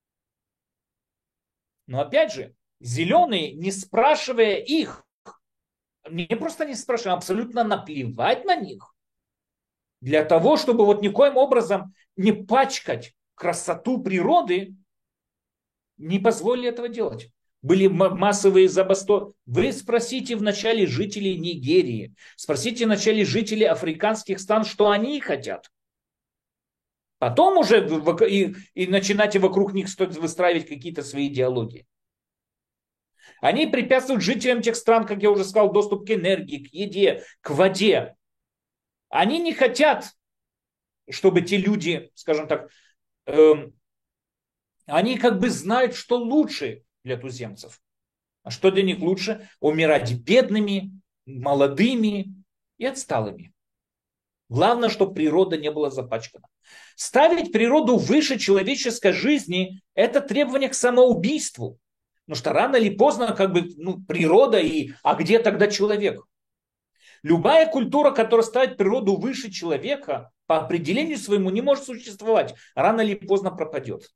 Но опять же, зеленые, не спрашивая их, не просто не спрашивая, а абсолютно наплевать на них, для того, чтобы вот никоим образом не пачкать красоту природы, не позволили этого делать. Были массовые забастовки. Вы спросите вначале жителей Нигерии, спросите вначале жителей африканских стран, что они хотят. Потом уже и, и начинайте вокруг них выстраивать какие-то свои идеологии. Они препятствуют жителям тех стран, как я уже сказал, доступ к энергии, к еде, к воде. Они не хотят, чтобы те люди, скажем так, эм, они как бы знают, что лучше для туземцев. А что для них лучше? Умирать бедными, молодыми и отсталыми. Главное, чтобы природа не была запачкана. Ставить природу выше человеческой жизни – это требование к самоубийству. Потому что рано или поздно как бы, ну, природа, и, а где тогда человек? Любая культура, которая ставит природу выше человека, по определению своему не может существовать. Рано или поздно пропадет.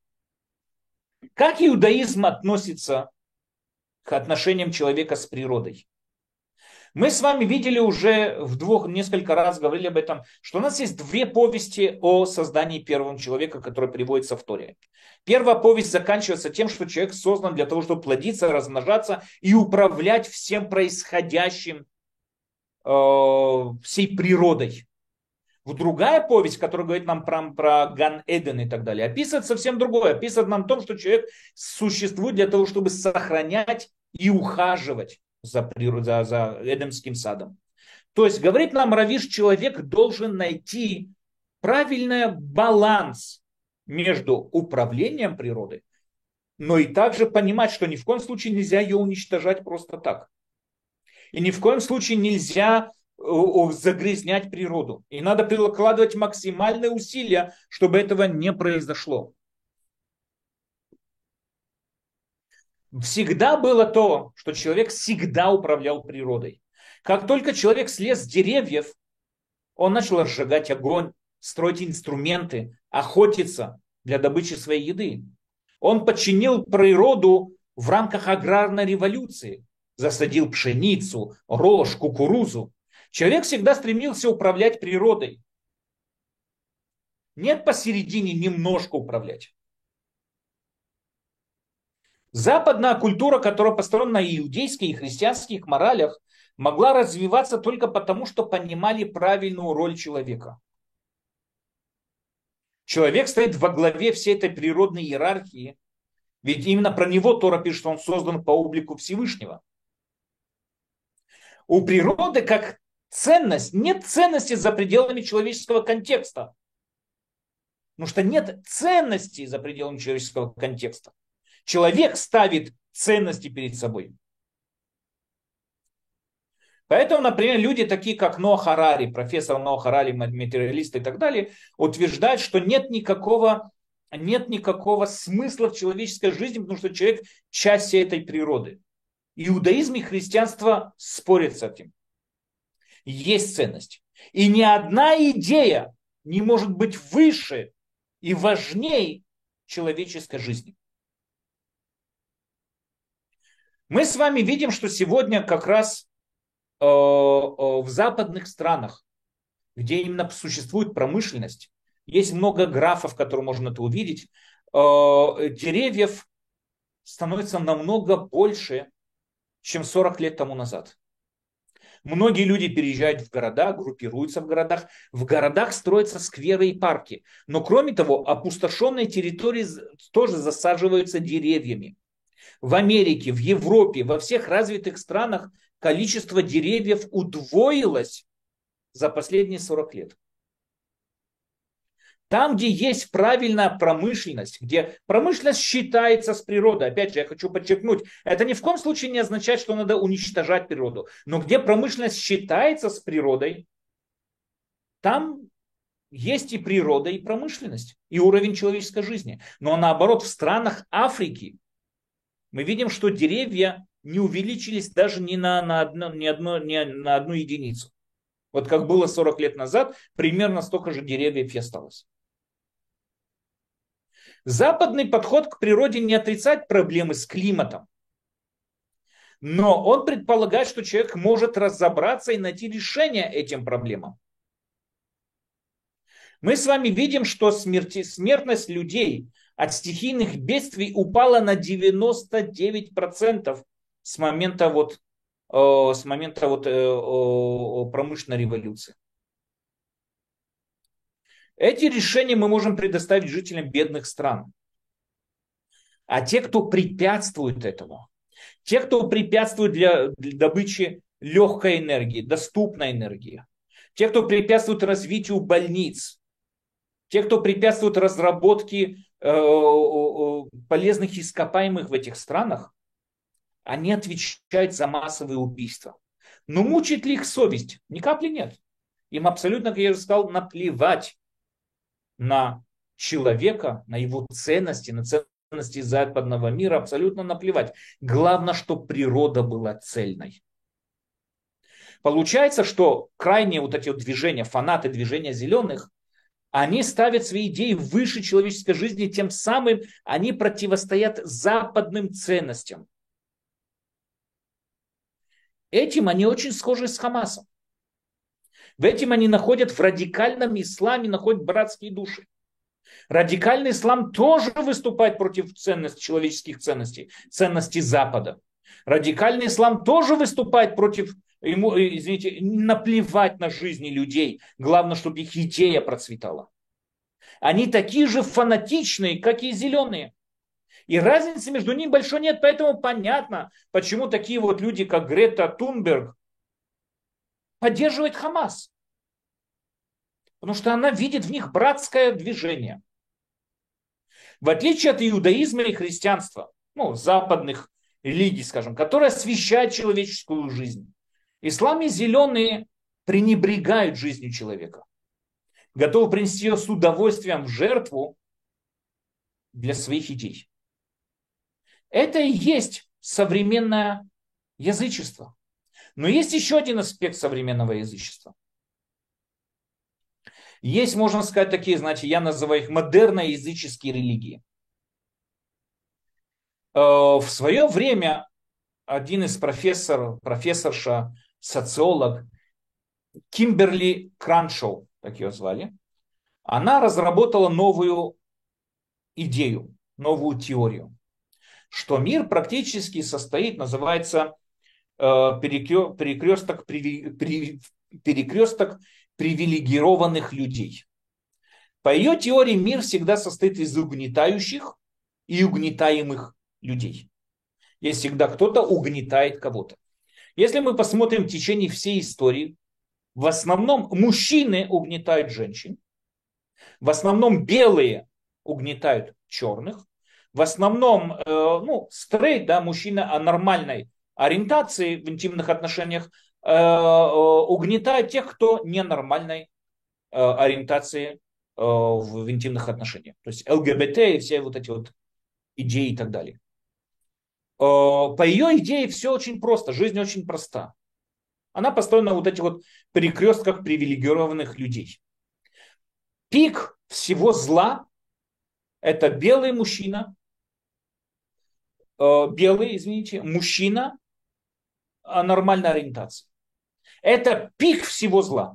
Как иудаизм относится к отношениям человека с природой? Мы с вами видели уже в двух, несколько раз говорили об этом, что у нас есть две повести о создании первого человека, которые приводятся в Торе. Первая повесть заканчивается тем, что человек создан для того, чтобы плодиться, размножаться и управлять всем происходящим, э, всей природой. Другая повесть, которая говорит нам про, про Ган-Эден и так далее, описывает совсем другое. Описывает нам то, что человек существует для того, чтобы сохранять и ухаживать за, за, за Эдемским садом. То есть, говорит нам Равиш, человек должен найти правильный баланс между управлением природой, но и также понимать, что ни в коем случае нельзя ее уничтожать просто так. И ни в коем случае нельзя загрязнять природу. И надо прикладывать максимальные усилия, чтобы этого не произошло. Всегда было то, что человек всегда управлял природой. Как только человек слез с деревьев, он начал разжигать огонь, строить инструменты, охотиться для добычи своей еды. Он подчинил природу в рамках аграрной революции. Засадил пшеницу, рожь, кукурузу. Человек всегда стремился управлять природой. Нет посередине немножко управлять. Западная культура, которая построена на иудейских и христианских моралях, могла развиваться только потому, что понимали правильную роль человека. Человек стоит во главе всей этой природной иерархии, ведь именно про него Тора пишет, что он создан по облику Всевышнего. У природы как ценность, нет ценности за пределами человеческого контекста. Потому что нет ценности за пределами человеческого контекста. Человек ставит ценности перед собой. Поэтому, например, люди такие, как Ноа Харари, профессор Ноа Харари, материалисты и так далее, утверждают, что нет никакого, нет никакого смысла в человеческой жизни, потому что человек часть всей этой природы. Иудаизм и христианство спорят с этим. Есть ценность. И ни одна идея не может быть выше и важнее человеческой жизни. Мы с вами видим, что сегодня как раз э, э, в западных странах, где именно существует промышленность, есть много графов, которые можно это увидеть, э, деревьев становится намного больше, чем сорок лет тому назад. Многие люди переезжают в города, группируются в городах. В городах строятся скверы и парки. Но кроме того, опустошенные территории тоже засаживаются деревьями. В Америке, в Европе, во всех развитых странах количество деревьев удвоилось за последние сорок лет. Там, где есть правильная промышленность, где промышленность считается с природой, опять же, я хочу подчеркнуть, это ни в коем случае не означает, что надо уничтожать природу, но где промышленность считается с природой, там есть и природа, и промышленность, и уровень человеческой жизни. Но наоборот, в странах Африки мы видим, что деревья не увеличились даже ни на, на, одно, ни одно, ни на одну единицу. Вот как было сорок лет назад, примерно столько же деревьев и осталось. Западный подход к природе не отрицает проблемы с климатом, но он предполагает, что человек может разобраться и найти решение этим проблемам. Мы с вами видим, что смерти, смертность людей от стихийных бедствий упала на девяносто девять процентов с момента, вот, э, с момента вот, э, промышленной революции. Эти решения мы можем предоставить жителям бедных стран. А те, кто препятствует этому, те, кто препятствует для, для добычи легкой энергии, доступной энергии, те, кто препятствует развитию больниц, те, кто препятствует разработке э, полезных ископаемых в этих странах, они отвечают за массовые убийства. Но мучает ли их совесть? Ни капли нет. Им абсолютно, как я уже сказал, наплевать на человека, на его ценности, на ценности западного мира, абсолютно наплевать. Главное, чтобы природа была цельной. Получается, что крайние вот эти вот движения, фанаты движения зеленых, они ставят свои идеи выше человеческой жизни, тем самым они противостоят западным ценностям. Этим они очень схожи с Хамасом. В этом они находят, в радикальном исламе находят братские души. Радикальный ислам тоже выступает против ценностей, человеческих ценностей, ценностей Запада. Радикальный ислам тоже выступает против, ему, извините, наплевать на жизни людей. Главное, чтобы их идея процветала. Они такие же фанатичные, как и зеленые. И разницы между ними большой нет, поэтому понятно, почему такие вот люди, как Грета Тунберг, поддерживают Хамас. Потому что она видит в них братское движение. В отличие от иудаизма и христианства, ну, западных религий, скажем, которые освещают человеческую жизнь. Ислам и зеленые пренебрегают жизнью человека. Готовы принести ее с удовольствием в жертву для своих идей. Это и есть современное язычество. Но есть еще один аспект современного язычества. Есть, можно сказать, такие, знаете, я называю их модерно-языческие религии. В свое время один из профессоров, профессорша, социолог Кимберли Краншоу, так ее звали, она разработала новую идею, новую теорию, что мир практически состоит, называется э, перекресток, перекресток привилегированных людей. По ее теории мир всегда состоит из угнетающих и угнетаемых людей. Есть всегда кто-то угнетает кого-то. Если мы посмотрим в течение всей истории, в основном мужчины угнетают женщин, в основном белые угнетают черных, в основном э, ну, стрейт, да, мужчина о нормальной ориентации в интимных отношениях э, э, угнетает тех, кто ненормальной э, ориентации э, в, в интимных отношениях. То есть ЛГБТ и все вот эти вот идеи и так далее. Э, по ее идее все очень просто, жизнь очень проста. Она построена на вот этих вот перекрестках привилегированных людей. Пик всего зла – это белый мужчина, э, белый, извините, мужчина э, нормальной ориентации. Это пик всего зла.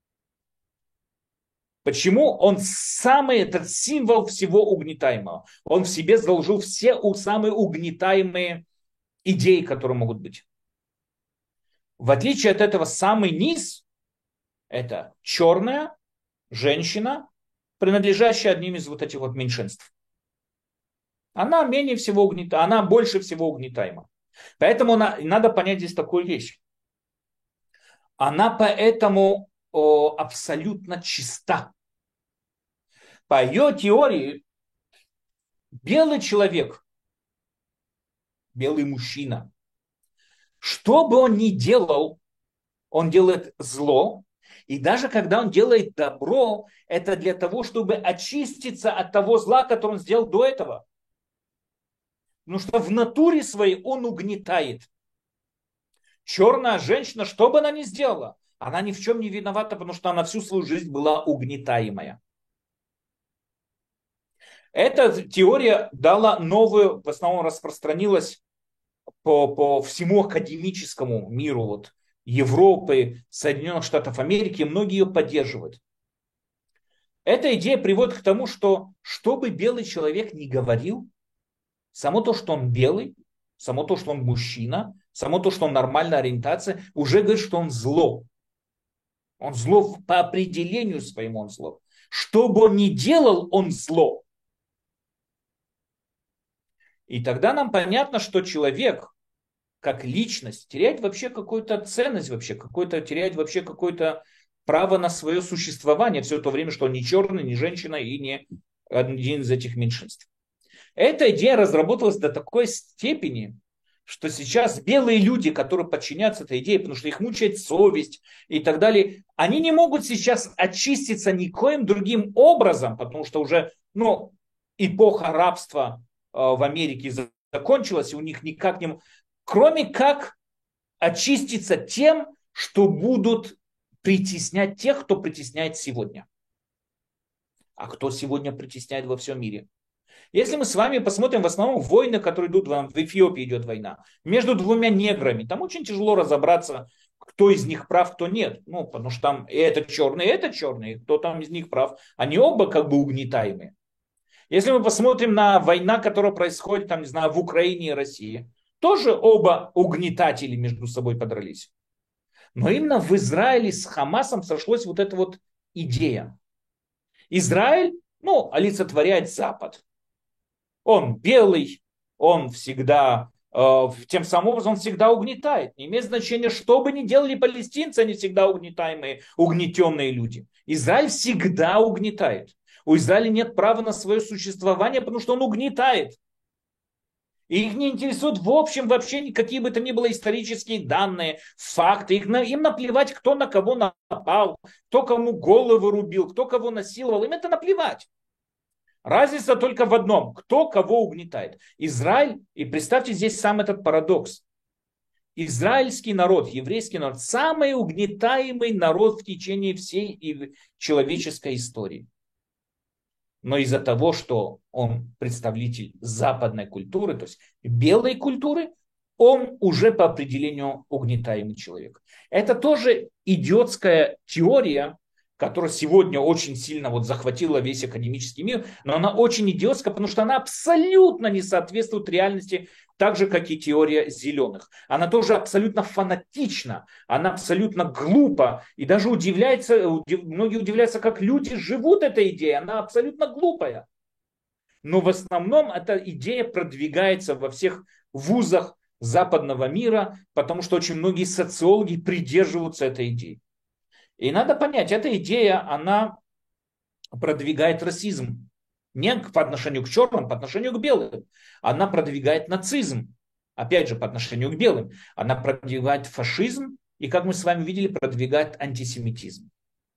Почему? Он самый, этот символ всего угнетаемого. Он в себе заложил все у, самые угнетаемые идеи, которые могут быть. В отличие от этого, самый низ – это черная женщина, принадлежащая одним из вот этих вот меньшинств. Она менее всего угнетаема, она больше всего угнетаема. Поэтому на, надо понять здесь такую вещь. Она поэтому о, абсолютно чиста. По ее теории, белый человек, белый мужчина, что бы он ни делал, он делает зло. И даже когда он делает добро, это для того, чтобы очиститься от того зла, которое он сделал до этого. Потому что в натуре своей он угнетает. Черная женщина, что бы она ни сделала, она ни в чем не виновата, потому что она всю свою жизнь была угнетаемая. Эта теория дала новую, в основном распространилась по, по всему академическому миру, вот, Европы, Соединенных Штатов Америки, многие ее поддерживают. Эта идея приводит к тому, что что бы белый человек ни говорил, само то, что он белый, само то, что он мужчина, само то, что он нормальная ориентация, уже говорит, что он зло. Он зло по определению своему, он зло. Что бы он ни делал, он зло. И тогда нам понятно, что человек, как личность, теряет вообще какую-то ценность, вообще, какой-то, теряет вообще какое-то право на свое существование все то время, что он не черный, не женщина и не один из этих меньшинств. Эта идея разработалась до такой степени, что сейчас белые люди, которые подчиняются этой идее, потому что их мучает совесть и так далее, они не могут сейчас очиститься никоим другим образом, потому что уже ну, эпоха рабства э, в Америке закончилась, и у них никак не... Кроме как очиститься тем, что будут притеснять тех, кто притесняет сегодня. А кто сегодня притесняет во всем мире? Если мы с вами посмотрим в основном войны, которые идут, в Эфиопии идет война, между двумя неграми, там очень тяжело разобраться, кто из них прав, кто нет. Ну, потому что там и это черный, и это черный, кто там из них прав. Они оба как бы угнетаемые. Если мы посмотрим на войну, которая происходит, там, не знаю, в Украине и России, тоже оба угнетатели между собой подрались. Но именно в Израиле с Хамасом сошлась вот эта вот идея. Израиль, ну, олицетворяет Запад. Он белый, он всегда, э, тем самым образом, он всегда угнетает. Не имеет значения, что бы ни делали палестинцы, они всегда угнетаемые, угнетенные люди. Израиль всегда угнетает. У Израиля нет права на свое существование, потому что он угнетает. И их не интересуют в общем вообще какие бы то ни было исторические данные, факты. Их, им наплевать, кто на кого напал, кто кому голову рубил, кто кого насиловал. Им это наплевать. Разница только в одном. Кто кого угнетает. Израиль, и представьте здесь сам этот парадокс. Израильский народ, еврейский народ, самый угнетаемый народ в течение всей человеческой истории. но из-за того, что он представитель западной культуры, то есть белой культуры, он уже по определению угнетаемый человек. Это тоже идиотская теория, которая сегодня очень сильно вот захватила весь академический мир, но она очень идиотская, потому что она абсолютно не соответствует реальности, так же, как и теория зеленых. Она тоже абсолютно фанатична, она абсолютно глупа, и даже удивляется, удив, многие удивляются, как люди живут этой идеей, она абсолютно глупая. Но в основном эта идея продвигается во всех вузах западного мира, потому что очень многие социологи придерживаются этой идеи. И надо понять, эта идея, она продвигает расизм. Не по отношению к черным, по отношению к белым. Она продвигает нацизм. Опять же, по отношению к белым. Она продвигает фашизм и, как мы с вами видели, продвигает антисемитизм.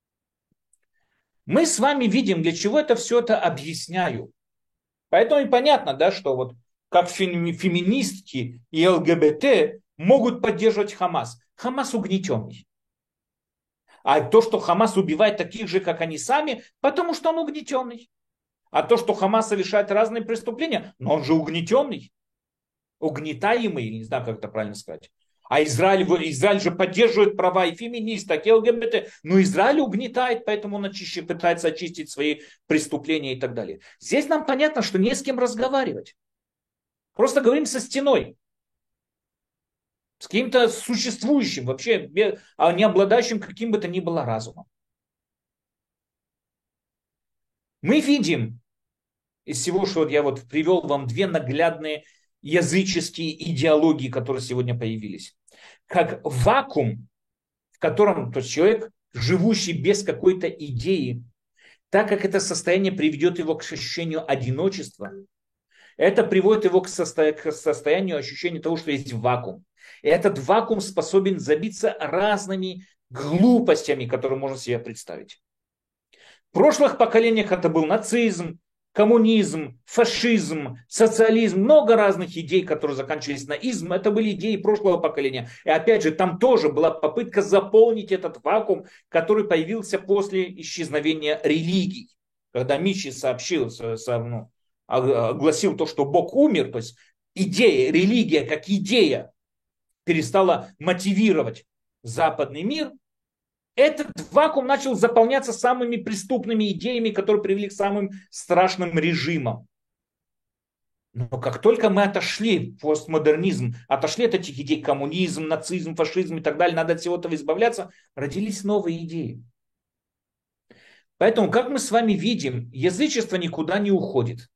Мы с вами видим, для чего это все это объясняю. Поэтому и понятно, да, что вот как феминистки и ЛГБТ могут поддерживать Хамас. Хамас угнетенный. А то, что Хамас убивает таких же, как они сами, потому что он угнетенный. А то, что Хамас совершает разные преступления, но он же угнетенный, угнетаемый, не знаю, как это правильно сказать. А Израиль, Израиль же поддерживает права и феминисток, и ЛГБТ. Но Израиль угнетает, поэтому он очищает, пытается очистить свои преступления и так далее. Здесь нам понятно, что не с кем разговаривать. Просто говорим со стеной. С каким-то существующим, вообще не обладающим каким бы то ни было разумом. Мы видим из всего, что я вот привел вам две наглядные языческие идеологии, которые сегодня появились. Как вакуум, в котором то есть человек, живущий без какой-то идеи, так как это состояние приведет его к ощущению одиночества, это приводит его к, состо... к состоянию ощущения того, что есть вакуум. И этот вакуум способен забиться разными глупостями, которые можно себе представить. В прошлых поколениях это был нацизм, коммунизм, фашизм, социализм, много разных идей, которые заканчивались на изм, это были идеи прошлого поколения. И опять же, там тоже была попытка заполнить этот вакуум, который появился после исчезновения религий. Когда Мичи сообщил, ну, огласил то, что Бог умер, то есть идея, религия как идея перестала мотивировать западный мир, этот вакуум начал заполняться самыми преступными идеями, которые привели к самым страшным режимам. Но как только мы отошли, постмодернизм, отошли от этих идей, коммунизм, нацизм, фашизм и так далее, надо от всего этого избавляться, родились новые идеи. Поэтому, как мы с вами видим, язычество никуда не уходит.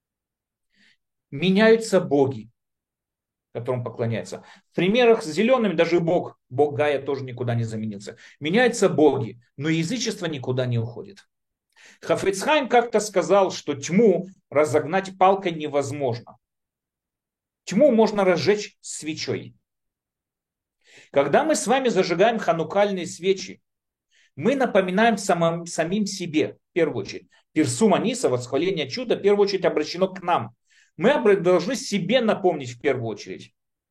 Меняются боги, которым поклоняются. В примерах с зелеными даже бог, бог Гая тоже никуда не заменился. Меняются боги, но язычество никуда не уходит. Хафец Хаим как-то сказал, что тьму разогнать палкой невозможно. Тьму можно разжечь свечой. Когда мы с вами зажигаем ханукальные свечи, мы напоминаем самым, самим себе, в первую очередь. Пирсум Аниса, восхваление чуда, в первую очередь обращено к нам. Мы должны себе напомнить в первую очередь,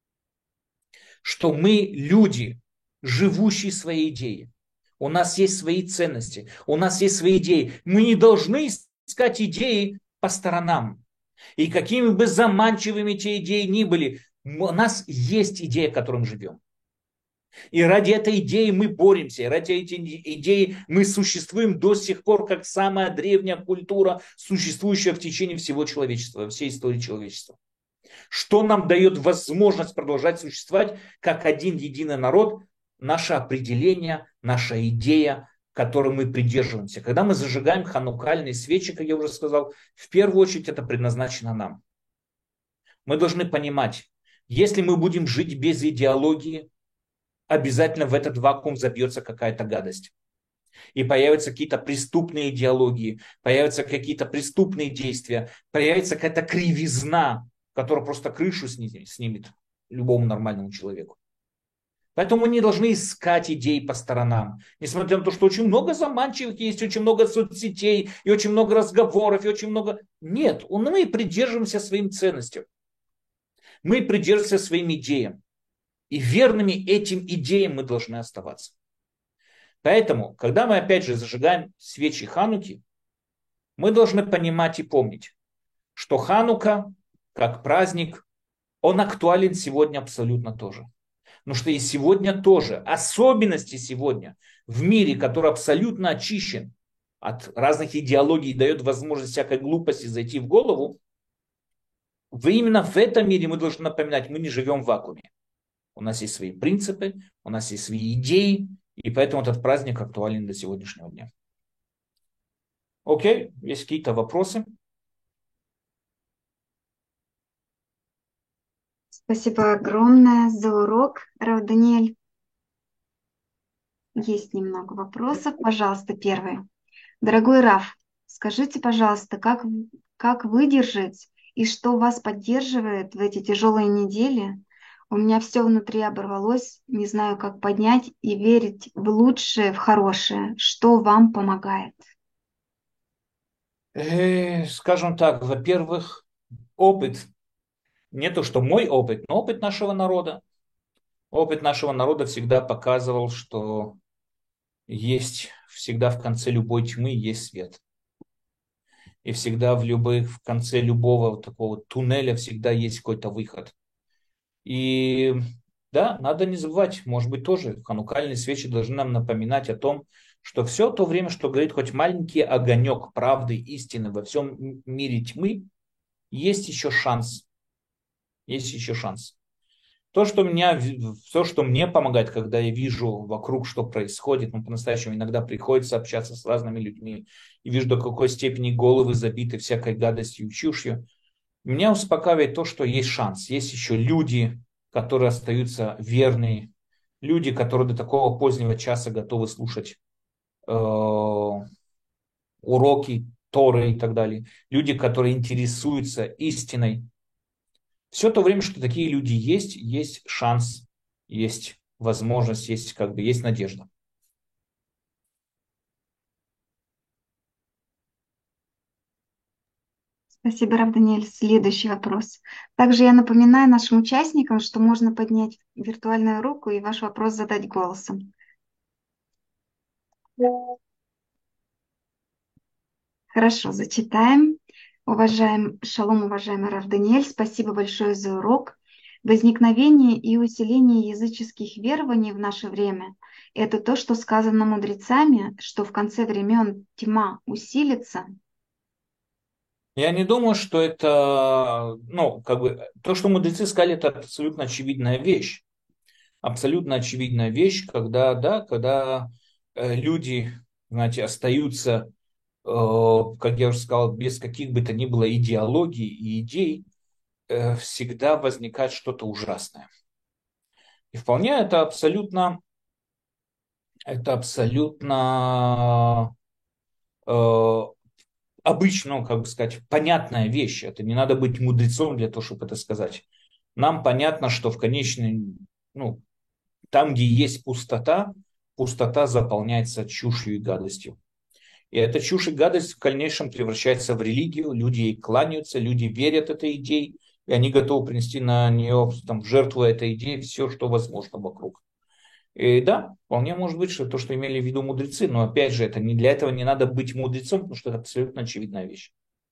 что мы люди, живущие своей идеей. У нас есть свои ценности, у нас есть свои идеи. Мы не должны искать идеи по сторонам. И какими бы заманчивыми те идеи ни были, у нас есть идея, в которой мы живем. И ради этой идеи мы боремся, и ради этой идеи мы существуем до сих пор, как самая древняя культура, существующая в течение всего человечества, всей истории человечества. Что нам дает возможность продолжать существовать как один единый народ? Наше определение, наша идея, которой мы придерживаемся. Когда мы зажигаем ханукальные свечи, как я уже сказал, в первую очередь это предназначено нам. Мы должны понимать, если мы будем жить без идеологии, обязательно в этот вакуум забьется какая-то гадость. И появятся какие-то преступные идеологии, появятся какие-то преступные действия, появится какая-то кривизна, которая просто крышу снимет любому нормальному человеку. Поэтому мы не должны искать идей по сторонам. Несмотря на то, что очень много заманчивых есть, очень много соцсетей, и очень много разговоров, и очень много... Нет, мы придерживаемся своим ценностям. Мы придерживаемся своим идеям. И верными этим идеям мы должны оставаться. Поэтому, когда мы опять же зажигаем свечи Хануки, Мы должны понимать и помнить, что Ханука, как праздник, он актуален сегодня абсолютно тоже. Потому что и сегодня тоже, особенности сегодня в мире, который абсолютно очищен от разных идеологий и дает возможность всякой глупости зайти в голову, вы именно в этом мире мы должны напоминать, мы не живем в вакууме. У нас есть свои принципы, у нас есть свои идеи, и поэтому этот праздник актуален до сегодняшнего дня. Окей, есть какие-то вопросы? Спасибо огромное за урок, Рав Даниэль. Есть немного вопросов. Пожалуйста, первый. Дорогой Раф, скажите, пожалуйста, как, как выдержать и что вас поддерживает в эти тяжелые недели? У меня все внутри оборвалось, не знаю, как поднять и верить в лучшее, в хорошее. Что вам помогает? Э, скажем так, во-первых, опыт, не то что мой опыт, но опыт нашего народа. Опыт нашего народа всегда показывал, что есть всегда в конце любой тьмы есть свет. И всегда в любых, в конце любого вот такого туннеля всегда есть какой-то выход. И да, надо не забывать, может быть, тоже ханукальные свечи должны нам напоминать о том, что все то время, что говорит хоть маленький огонек правды, истины во всем мире тьмы, есть еще шанс. Есть еще шанс. То, что меня, все, что мне помогает, когда я вижу вокруг, что происходит, ну, по-настоящему иногда приходится общаться с разными людьми и вижу, до какой степени головы забиты всякой гадостью и чушью, меня успокаивает то, что есть шанс. Есть еще люди, которые остаются верные, люди, которые до такого позднего часа готовы слушать э, уроки Торы и так далее. Люди, которые интересуются истиной. Все то время, что такие люди есть, есть шанс, есть возможность, есть как бы есть надежда. Спасибо, Рав Даниэль. Следующий вопрос. Также я напоминаю нашим участникам, что можно поднять виртуальную руку и ваш вопрос задать голосом. Хорошо, зачитаем. Уважаем, шалом, уважаемый Рав Даниэль, спасибо большое за урок. Возникновение и усиление языческих верований в наше время– это то, что сказано мудрецами, что в конце времен тьма усилится. Я не думаю, что это, ну, как бы, то, что мудрецы сказали, это абсолютно очевидная вещь. Абсолютно очевидная вещь, когда, да, когда э, люди, знаете, остаются, э, как я уже сказал, без каких бы то ни было идеологий и идей, э, всегда возникает что-то ужасное. И вполне это абсолютно, это абсолютно э, обычно, ну, как бы сказать, понятная вещь. Это не надо быть мудрецом для того, чтобы это сказать. Нам понятно, что в конечной, ну, там, где есть пустота, пустота заполняется чушью и гадостью. И эта чушь и гадость в дальнейшем превращается в религию, люди ей кланяются, люди верят этой идее, и они готовы принести на нее там, в жертву этой идеи все, что возможно вокруг. И да, вполне может быть, что то, что имели в виду мудрецы, но опять же, это не для этого не надо быть мудрецом, потому что это абсолютно очевидная вещь.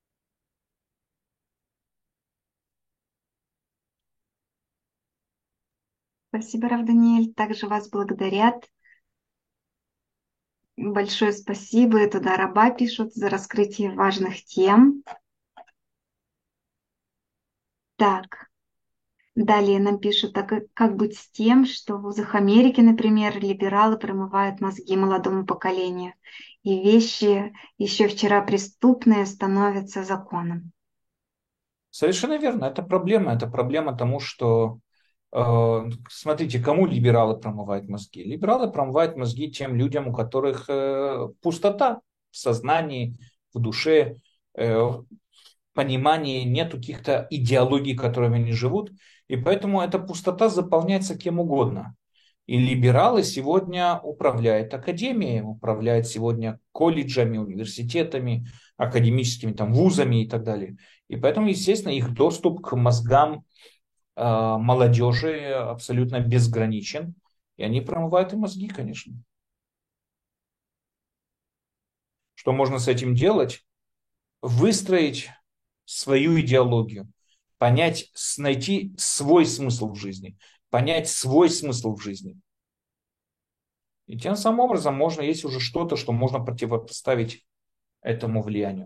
Спасибо, Рав Даниэль. Также вас благодарят. Большое спасибо. Это Раба пишут за раскрытие важных тем. Так, далее нам пишут, а как, как быть с тем, что в вузах Америки, например, либералы промывают мозги молодому поколению, и вещи, еще вчера преступные, становятся законом. Совершенно верно, это проблема. Это проблема тому, что, э, смотрите, кому либералы промывают мозги? Либералы промывают мозги тем людям, у которых э, пустота в сознании, в душе, э, в понимании, нету каких-то идеологий, которыми они живут, и поэтому эта пустота заполняется кем угодно. И либералы сегодня управляют академией, управляют сегодня колледжами, университетами, академическими там, вузами и так далее. И поэтому, естественно, их доступ к мозгам э, молодежи абсолютно безграничен. И они промывают и мозги, конечно. Что можно с этим делать? выстроить свою идеологию, понять, найти свой смысл в жизни, понять свой смысл в жизни. И тем самым образом можно, есть уже что-то, что можно противопоставить этому влиянию.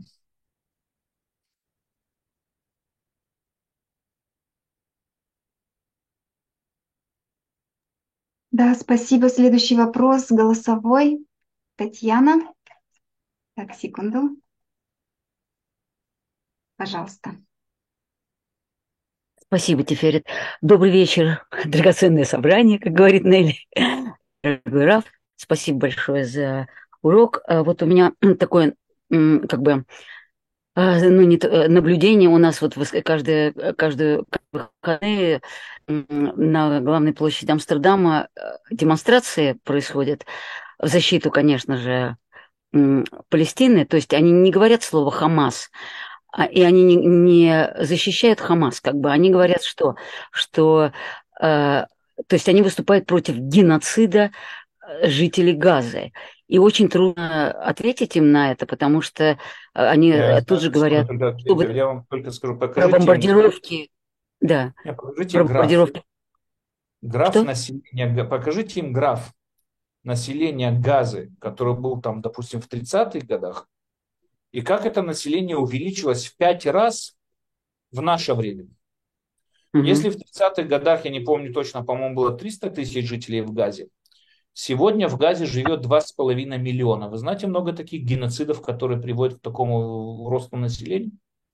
Да, спасибо. Следующий вопрос голосовой. Татьяна. Так, секунду. Пожалуйста. Спасибо, Тиферет. Добрый вечер, драгоценное собрание, как говорит Нелли. Дорогой Раф, спасибо большое за урок. А вот у меня такое, как бы, а, ну, не, т- наблюдение у нас вот вос- каждые, каждые выходные м, на главной площади Амстердама э, демонстрации происходят в защиту, конечно же, м, Палестины. То есть они не говорят слово «Хамас», а, и они не, не защищают Хамас, как бы они говорят, что, что э, то есть они выступают против геноцида э, жителей Газы. И очень трудно ответить им на это, потому что э, они Я не э, тут знаю, же почему, говорят, только, чтобы я вам только скажу, про покажите им, бомбардировки, да, не, покажите про граф, бомбардировки. граф Что? населения, покажите им граф населения Газы, который был там, допустим, в тридцатых годах, и как это население увеличилось в пять раз в наше время. Мгм. Если в тридцатых годах, я не помню точно, по-моему, было триста тысяч жителей в Газе, сегодня в Газе живет два с половиной миллиона. Вы знаете много таких геноцидов, которые приводят к такому росту населения?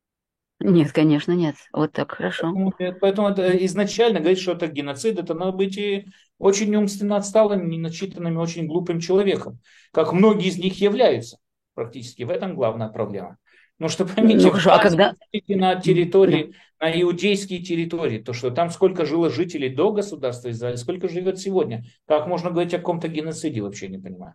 Нет, конечно, нет. Вот так, хорошо. Поэтому, э, поэтому это изначально говорить, что это геноцид, это надо быть и очень умственно отсталым, неначитанным, очень глупым человеком, как многие из них являются практически. В этом главная проблема. Но что Ну поймите, в хорошо, а Газе, когда... посмотрите на Мгм. Да. территории, на иудейские территории, то, что там сколько жило жителей до государства Израиля, сколько живет сегодня. Как можно говорить о каком-то геноциде, вообще не понимаю.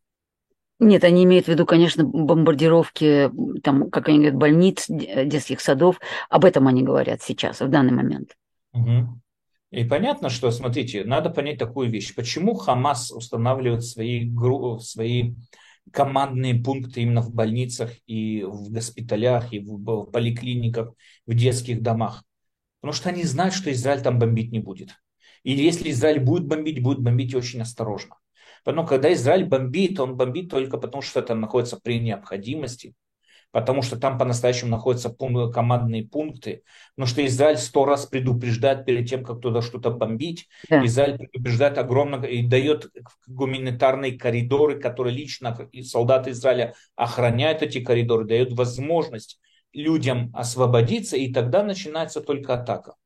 Нет, они имеют в виду, конечно, бомбардировки, там, как они говорят, больниц, де- детских садов. Об этом они говорят сейчас, в данный момент. Мгм. И понятно, что, смотрите, надо понять такую вещь. Почему Хамас устанавливает свои, гру- свои командные пункты именно в больницах и в госпиталях, и в в поликлиниках, в детских домах? Потому что они знают, что Израиль там бомбить не будет. И если Израиль будет бомбить, будет бомбить очень осторожно. Поэтому, когда Израиль бомбит, он бомбит только потому, что это находится при необходимости, потому что там по-настоящему находятся пун- командные пункты, потому что Израиль сто раз предупреждает перед тем, как туда что-то бомбить. Да. Израиль предупреждает огромно и дает гуманитарные коридоры, которые лично и солдаты Израиля охраняют эти коридоры, дают возможность людям освободиться, и тогда начинается только атака.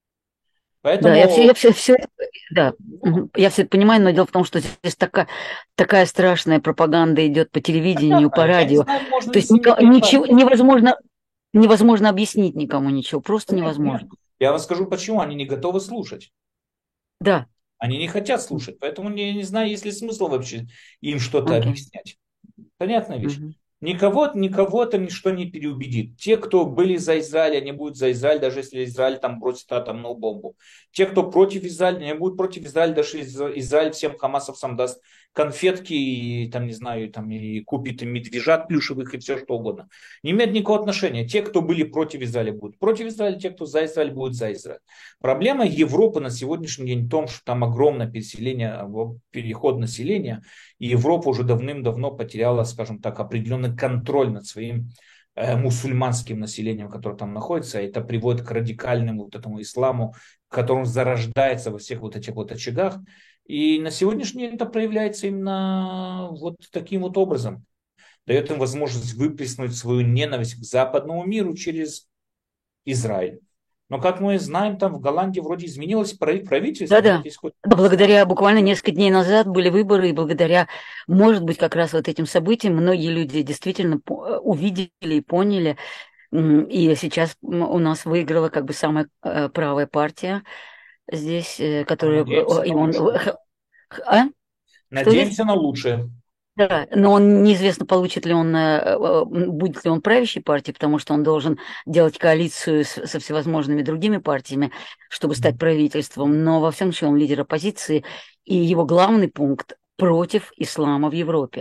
Да, я все, Поэтому я все, все, да, ну, мгм. Я все это понимаю, но дело в том, что здесь такая, такая страшная пропаганда идет по телевидению, по понятно, я не радио. знаю, можно То ли есть с ними нико- воевать. ничего невозможно, невозможно объяснить никому ничего, просто Нет, нет. невозможно. Я вам скажу, почему они не готовы слушать. Да, Они не хотят слушать, поэтому я не знаю, есть ли смысл вообще им что-то окей. объяснять. Понятная вещь. Мгм. Никого, никого это ничто не переубедит. Те, кто были за Израиль, они будут за Израиль, даже если Израиль там бросит атомную бомбу. Те, кто против Израиля, они будут против Израиля, даже если Израиль всем хамасовцам даст конфетки и, там, не знаю, там, и купит им медвежат плюшевых и все что угодно. Не имеет никакого отношения. Те, кто были против Израиля, будут против Израиля, те, кто за Израиль, будут за Израиль. Проблема Европы на сегодняшний день в том, что там огромное переселение, переход населения, и Европа уже давным-давно потеряла, скажем так, определенный контроль над своим э, мусульманским населением, которое там находится. Это приводит к радикальному вот этому исламу, который зарождается во всех вот этих вот очагах. И на сегодняшний день это проявляется именно вот таким вот образом. Дает им возможность выплеснуть свою ненависть к западному миру через Израиль. Но, как мы знаем, там в Голландии вроде изменилось правительство, нет, Да-да. есть хоть Да, страшно. благодаря буквально несколько дней назад были выборы, и благодаря, может быть, как раз вот этим событиям многие люди действительно по- э, увидели и поняли. М, И сейчас м, у нас выиграла как бы самая э, правая партия здесь, э, которая... Надеемся э, и на он, лучшее. э, х- х- а? Что здесь? Надеемся на лучшее. Да, но он неизвестно, получит ли он, э, э, будет ли он правящей партией, потому что он должен делать коалицию с- со всевозможными другими партиями, чтобы стать правительством. Но во всяком случае он лидер оппозиции, и его главный пункт против ислама в Европе.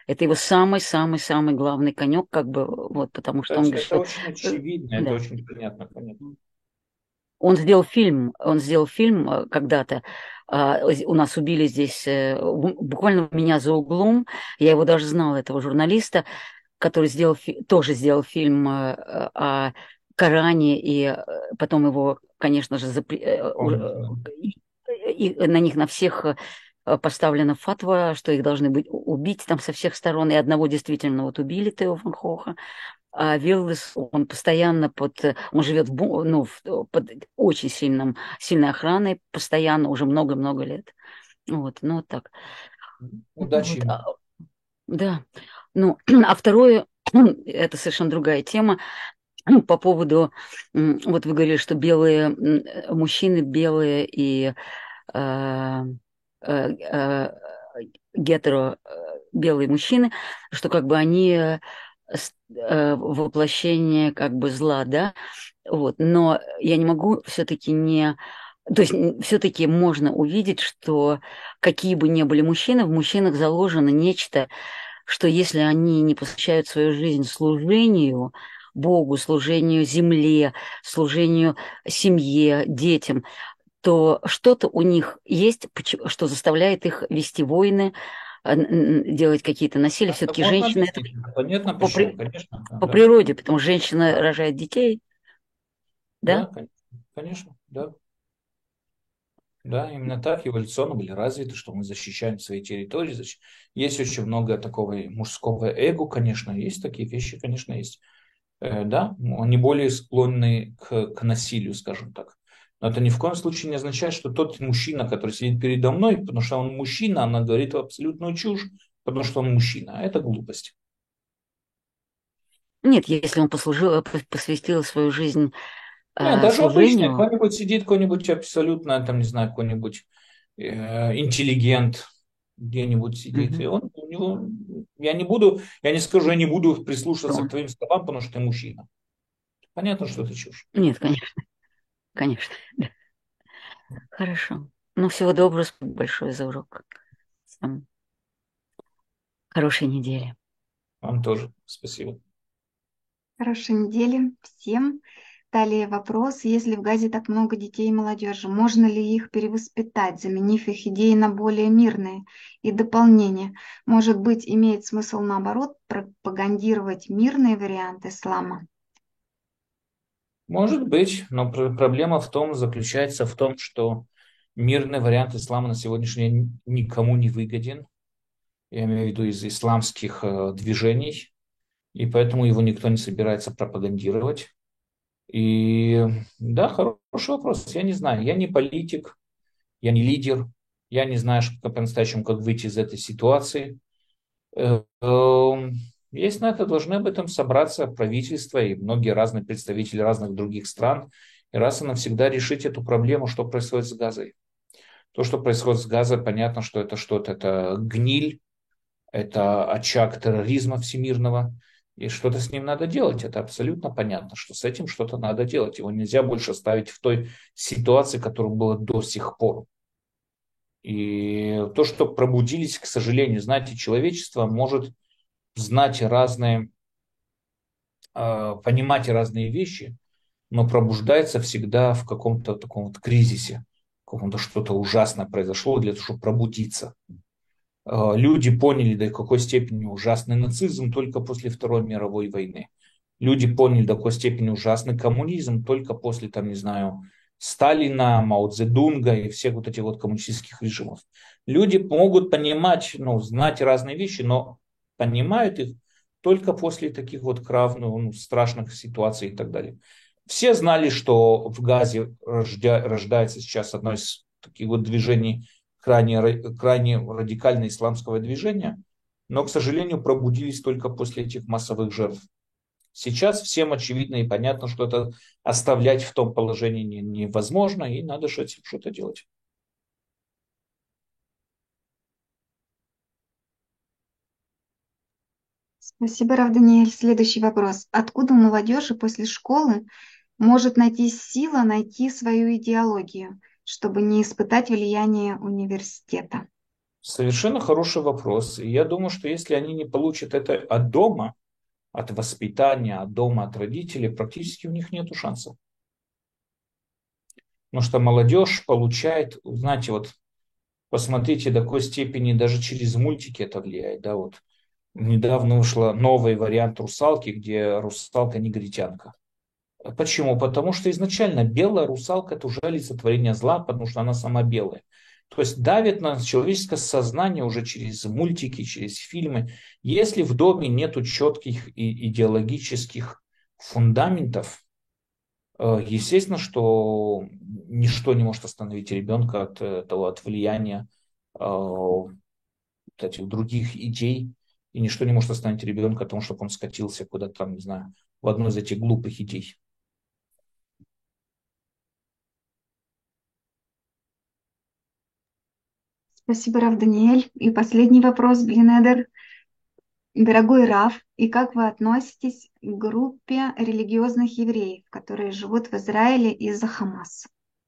Это его самый-самый-самый главный конек, как бы, вот, потому что он Кстати, говорит, это что... очень э, очевидно, это Да. очень понятно, понятно. Он сделал фильм, он сделал фильм э, когда-то. а, з- У нас убили здесь, э, бу- буквально у меня за углом. Я его даже знала, этого журналиста, который сделал, фи- тоже сделал фильм э, э, о Коране, и э, потом его, конечно же, запре- э, уж- Помню, да. э, и, и на них на всех э, поставлена фатва, что их должны быть у- убить там со всех сторон. И одного действительно вот убили, Тео фон Хоха. А Виллес, он постоянно под... э, Он живет в, бу- ну, в- э, под очень сильным, сильной охраной, постоянно, уже много-много лет. Вот, ну вот так. Удачи Вот, а, ему. да. Ну, а второе, это совершенно другая тема. По поводу, м, вот вы говорили, что белые м, э, мужчины, белые и э, э, э, гетеро э, белые мужчины, что как бы они э, с- э, воплощение как бы зла, да, вот, но я не могу все-таки не... То есть все-таки можно увидеть, что какие бы ни были мужчины, в мужчинах заложено нечто, что если они не посвящают свою жизнь служению Богу, служению земле, служению семье, детям, то что-то у них есть, поч- что заставляет их вести войны, э, н- н- делать какие-то насилия. Это Все-таки можно женщина это объяснить? Понятно по, почему, при- конечно, да, по да, природе, потому что женщина рожает детей, да? да, кон- конечно, да, да, именно так эволюционно были развиты, что мы защищаем свои территории. защ- Есть очень много такого и мужского эго, конечно, есть такие вещи, конечно, есть. Э, да, они более склонны к, к насилию, скажем так. Но это ни в коем случае не означает, что тот мужчина, который сидит передо мной, потому что он мужчина, она говорит абсолютную чушь, потому что он мужчина. А это глупость. Нет, если он послужил, э, посвятил свою жизнь Нет, э, даже обычный, служению, кто-нибудь сидит, какой-нибудь абсолютно, там, не знаю, какой-нибудь э, интеллигент где-нибудь сидит, и мгм, он, у него, я не буду, я не скажу, я не буду то прислушиваться к он... твоим словам, потому что ты мужчина. Понятно, что это чушь. Нет, конечно, конечно. Да. Хорошо. Ну, всего доброго, спасибо большое за урок. Всем хорошей недели. Вам тоже спасибо. Хорошей недели всем. Далее вопрос. Если в Газе так много детей и молодежи, можно ли их перевоспитать, заменив их идеи на более мирные и дополнения? Может быть, имеет смысл наоборот пропагандировать мирные варианты ислама? Может быть, но пр- проблема в том, заключается в том, что мирный вариант ислама на сегодняшний день никому не выгоден. Я имею в виду из исламских э, движений, и поэтому его никто не собирается пропагандировать. И да, хороший вопрос. Я не знаю, я не политик, я не лидер, я не знаю, что по-настоящему, как выйти из этой ситуации. Э, эм, Есть на это, должны об этом собраться правительство и многие разные представители разных других стран, и раз и навсегда решить эту проблему, что происходит с Газой. То, что происходит с Газой, понятно, что это что-то, это гниль, это очаг терроризма всемирного, и что-то с ним надо делать. Это абсолютно понятно, что с этим что-то надо делать. Его нельзя больше оставить в той ситуации, которая была до сих пор. И то, что пробудились, к сожалению, знаете, человечество может знать разные, э, понимать разные вещи, но пробуждается всегда в каком-то таком вот кризисе, в каком-то что-то ужасное произошло для того, чтобы пробудиться. Э, Люди поняли, до какой степени ужасный нацизм только после Второй мировой войны. Люди поняли, до какой степени ужасный коммунизм только после, там, не знаю, Сталина, Мао Цзэдунга и всех вот этих вот коммунистических режимов. Люди могут понимать, ну, знать разные вещи, но понимают их только после таких вот крав, ну, ну, страшных ситуаций и так далее. Все знали, что в Газе рождя, рождается сейчас одно из таких вот движений крайне, крайне радикально исламского движения, но, к сожалению, пробудились только после этих массовых жертв. Сейчас всем очевидно и понятно, что это оставлять в том положении не- невозможно, и надо с этим что-то делать. Спасибо, Рав Даниэль. Следующий вопрос. Откуда у молодежи после школы может найти сила найти свою идеологию, чтобы не испытать влияние университета? Совершенно хороший вопрос. И я думаю, что если они не получат это от дома, от воспитания, от дома, от родителей, практически у них нет шансов. Потому что молодежь получает, знаете, вот посмотрите, до какой степени даже через мультики это влияет. Да, вот недавно вышла новый вариант русалки, где русалка негритянка. Почему? Потому что изначально белая русалка это уже олицетворение зла, потому что она сама белая. То есть давит на человеческое сознание уже через мультики, через фильмы. Если в доме нету четких и идеологических фундаментов, э, естественно, что ничто не может остановить ребенка от э, того, от влияния э, вот этих других идей, и ничто не может остановить ребенка от того, чтобы он скатился куда-то там, не знаю, в одну из этих глупых идей. Спасибо, Рав Даниэль. И последний вопрос, Блинедер. Дорогой Раф, и как вы относитесь к группе религиозных евреев, которые живут в Израиле из-за Хамас?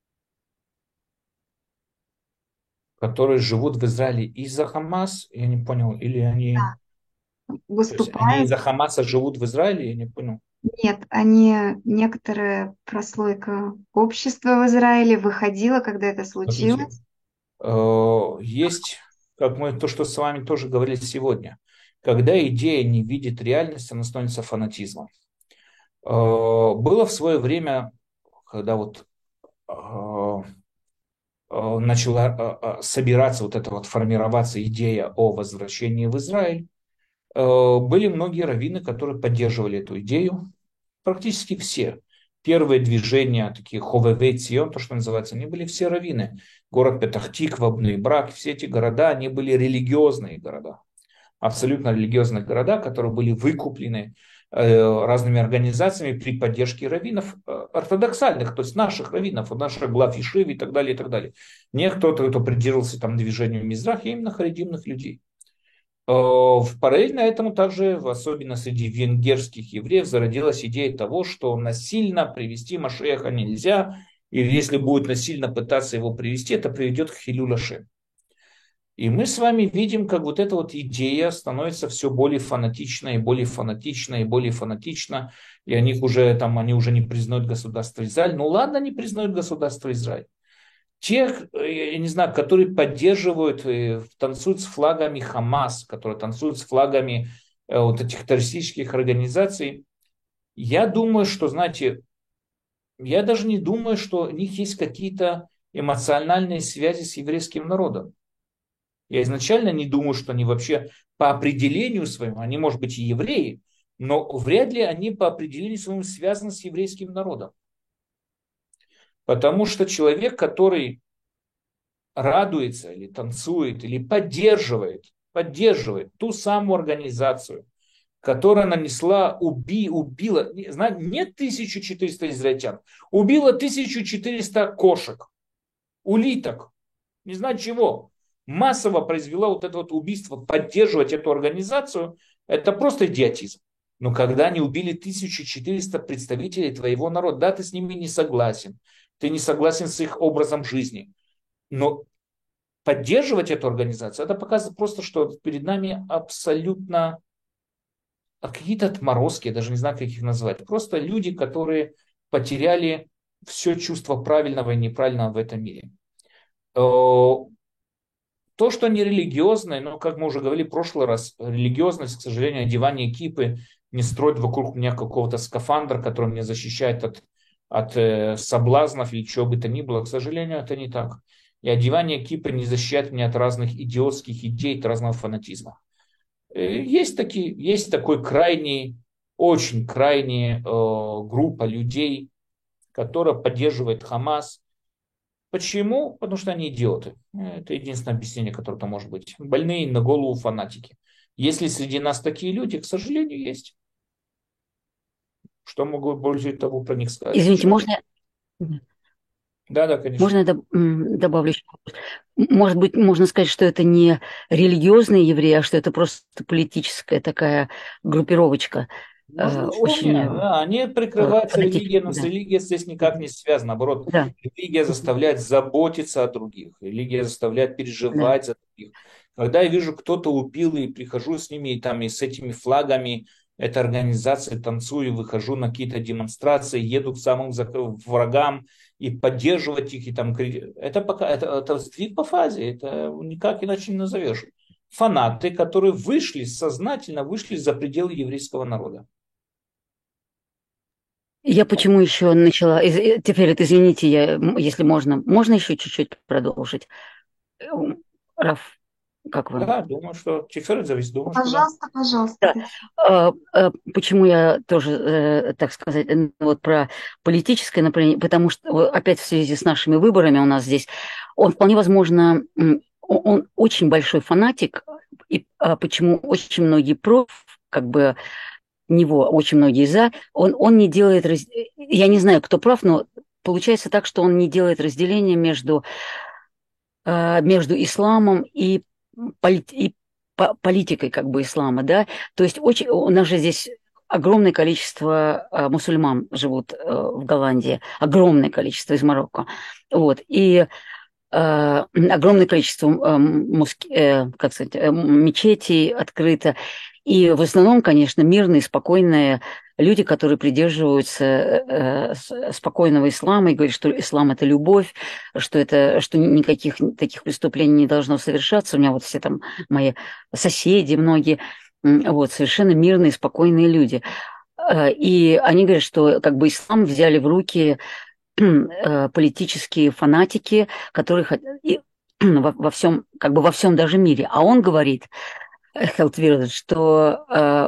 Которые живут в Израиле из-за Хамас, я не понял, или они, Да. то есть они Выступают? из-за Хамаса живут в Израиле, я не понял. Нет, они, некоторая прослойка общества в Израиле выходила, когда это Смотрите, случилось. э, есть, как мы то, что с вами тоже говорили сегодня, когда идея не видит реальность, она становится фанатизмом. Э, Было в свое время, когда вот э, э, начала э, э, собираться вот эта вот формироваться идея о возвращении в Израиль, э, были многие раввины, которые поддерживали эту идею. Практически все. Первые движения, такие Ховевей Цион, то, что называется, они были все раввины. Город Петахтиква, Брак, все эти города, они были религиозные города. Абсолютно религиозные города, которые были выкуплены э, разными организациями при поддержке раввинов э, ортодоксальных, то есть наших раввинов, наших глав Ешив и так далее, и так далее. Не кто-то, кто придерживался там движению Мизрах, а именно харидимных людей. Э, В параллельно этому также, особенно среди венгерских евреев, зародилась идея того, что насильно привести Машеха нельзя, и если будет насильно пытаться его привести, это приведет к Хилюля Шем. И мы с вами видим, как вот эта вот идея становится все более фанатичной, и более фанатичной, и более фанатична, и они уже, там, они уже не признают государство Израиль. Ну ладно, не признают государство Израиль. Тех, э, я не знаю, которые поддерживают, э, танцуют с флагами Хамас, которые танцуют с флагами э, вот этих террористических организаций, я думаю, что, знаете, я даже не думаю, что у них есть какие-то эмоциональные связи с еврейским народом. Я изначально не думаю, что они вообще по определению своему, они, может быть, и евреи, но вряд ли они по определению своему связаны с еврейским народом. Потому что человек, который радуется или танцует, или поддерживает, поддерживает ту самую организацию, которая нанесла, уби, убила, не, знаю, нет тысяча четыреста израильтян, убила тысяча четыреста кошек, улиток, не знаю чего, массово произвела вот это вот убийство, поддерживать эту организацию, это просто идиотизм. Но когда они убили тысяча четыреста представителей твоего народа, да, ты с ними не согласен, ты не согласен с их образом жизни, но поддерживать эту организацию, это показывает просто, что перед нами абсолютно какие-то отморозки, я даже не знаю, как их назвать. Просто люди, которые потеряли все чувство правильного и неправильного в этом мире. Э, То, что они религиозные, но, как мы уже говорили в прошлый раз, религиозность, к сожалению, одевание кипы не строит вокруг меня какого-то скафандра, который меня защищает от, от э, соблазнов или чего бы то ни было. К сожалению, это не так. И одевание кипы не защищает меня от разных идиотских идей, от разного фанатизма. Э, Есть, такие, есть такой крайний, очень крайняя э, группа людей, которая поддерживает Хамас. Почему? Потому что они идиоты. Это единственное объяснение, которое там может быть. Больные на голову фанатики. Если среди нас такие люди, к сожалению, есть. Что могу больше того про них сказать Извините, сейчас? можно, Да, да, конечно. можно я доб- м, добавлю еще вопрос? М, Может быть, можно сказать, что это не религиозные евреи, а что это просто политическая такая группировочка, э, Возможно, очень вполне. э, Да, они э, прикрываются религией, фанатичная. но с Да. религией здесь никак не связано. Наоборот, Да. религия заставляет заботиться о других. Религия заставляет Да. переживать за других. Когда я вижу, кто-то убил, и прихожу с ними, и там, и с этими флагами, этой организации танцую, выхожу на какие-то демонстрации, еду к самым зак- врагам и поддерживать их, и там, кри- это пока, это, это сдвиг по фазе, это никак иначе не назовешь. Фанаты, которые вышли, сознательно вышли за пределы еврейского народа. Я почему еще начала... из- э, Теперь, это, извините, я, м, если можно, можно еще чуть-чуть продолжить? Э, м, Раф, как вы? Да, думаю, что Тиферет зависит, думаю, что да. Пожалуйста, пожалуйста, Да. Татьяна. А, а, Почему я тоже, э, так сказать, э, вот про политическое направление, потому что вот опять в связи с нашими выборами у нас здесь, он вполне возможно, м, о- он очень большой фанатик, и а, почему очень многие против, как бы него, очень многие за, он, он не делает, раз- я не знаю, кто прав, но получается так, что он не делает разделения между э, между исламом и, полит- и по- политикой как бы ислама, да. То есть очень, у нас же здесь огромное количество э, мусульман живут э, в Голландии, огромное количество из Марокко, вот. И э, огромное количество э, муск- э, как сказать, э, мечетей открыто. И в основном, конечно, мирные, спокойные люди, которые придерживаются э, с- спокойного ислама и говорят, что ислам – это любовь, что, это, что никаких таких преступлений не должно совершаться. У меня вот все там мои соседи многие, м, вот, совершенно мирные, спокойные люди. Э, И они говорят, что как бы ислам взяли в руки э, политические фанатики, которые хотят и во, во всем, как бы во всем даже мире. А он говорит, Хелтвирд, что э,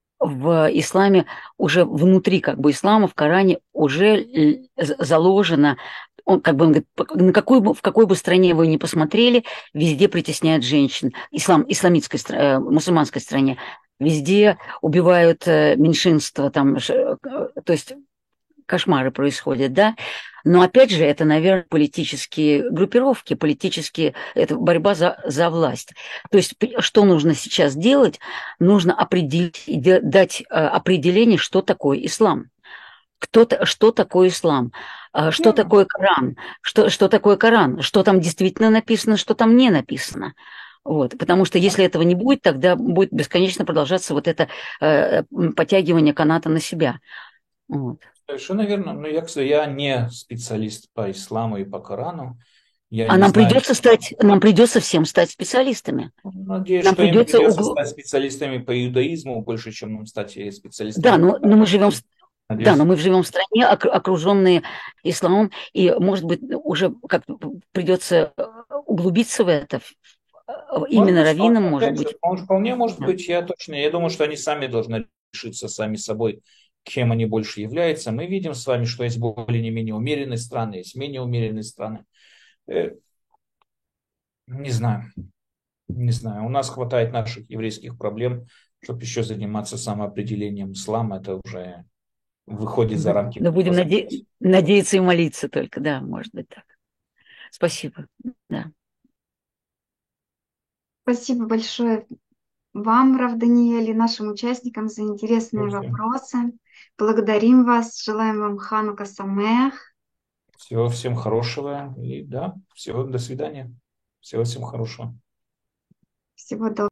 в исламе уже внутри как бы ислама, в Коране уже л- з- заложено, он как бы он говорит, «П- на какой бы, в какой бы стране вы ни посмотрели, везде притесняют женщин, ислам, исламитской, стра- э, мусульманской стране, везде убивают э, меньшинства, там, ш- э, то есть кошмары происходят, да. Но опять же, это, наверное, политические группировки, политические, это борьба за, за власть. То есть, п- что нужно сейчас делать? Нужно определить, и де- дать э, определение, что такое ислам. Кто, то что такое ислам? А, Что Верно. такое Коран? Что, что такое Коран? Что там действительно написано, что там не написано? Вот. Потому что если этого не будет, тогда будет бесконечно продолжаться вот это э, м, подтягивание каната на себя. Вот. Совершенно верно. Но я, кстати, я не специалист по исламу и по Корану. Я А не нам знаю. придется стать, нам придется всем стать специалистами. Надеюсь, Нам что им придется придется угл... стать специалистами по иудаизму больше, чем нам стать и Да, специалистами по но, но мы живем, Корану. в- да, но Надеюсь. мы живем в стране, ок- окруженные исламом, и, может быть, уже как придется э, углубиться в это, в- э, Может именно быть, раввинам, вполне, может опять же, быть. может, вполне может Да. быть, я точно, я думаю, что они сами должны решиться сами собой, кем они больше являются. Мы видим с вами, что есть более не менее умеренные страны, есть менее умеренные страны. Э, Не знаю, не знаю. У нас хватает наших еврейских проблем, чтобы еще заниматься самоопределением ислама. Это уже выходит за Мгм. рамки Но моих будем наде- возможностей. надеяться и молиться только, да, может быть так. Спасибо. Да. Спасибо большое вам, Рав Даниэль, и нашим участникам за интересные Всего, вопросы. Благодарим вас, желаем вам Ханука Самеах. всего всем хорошего и да, всего до свидания. Всего всем хорошего. Всего доброго.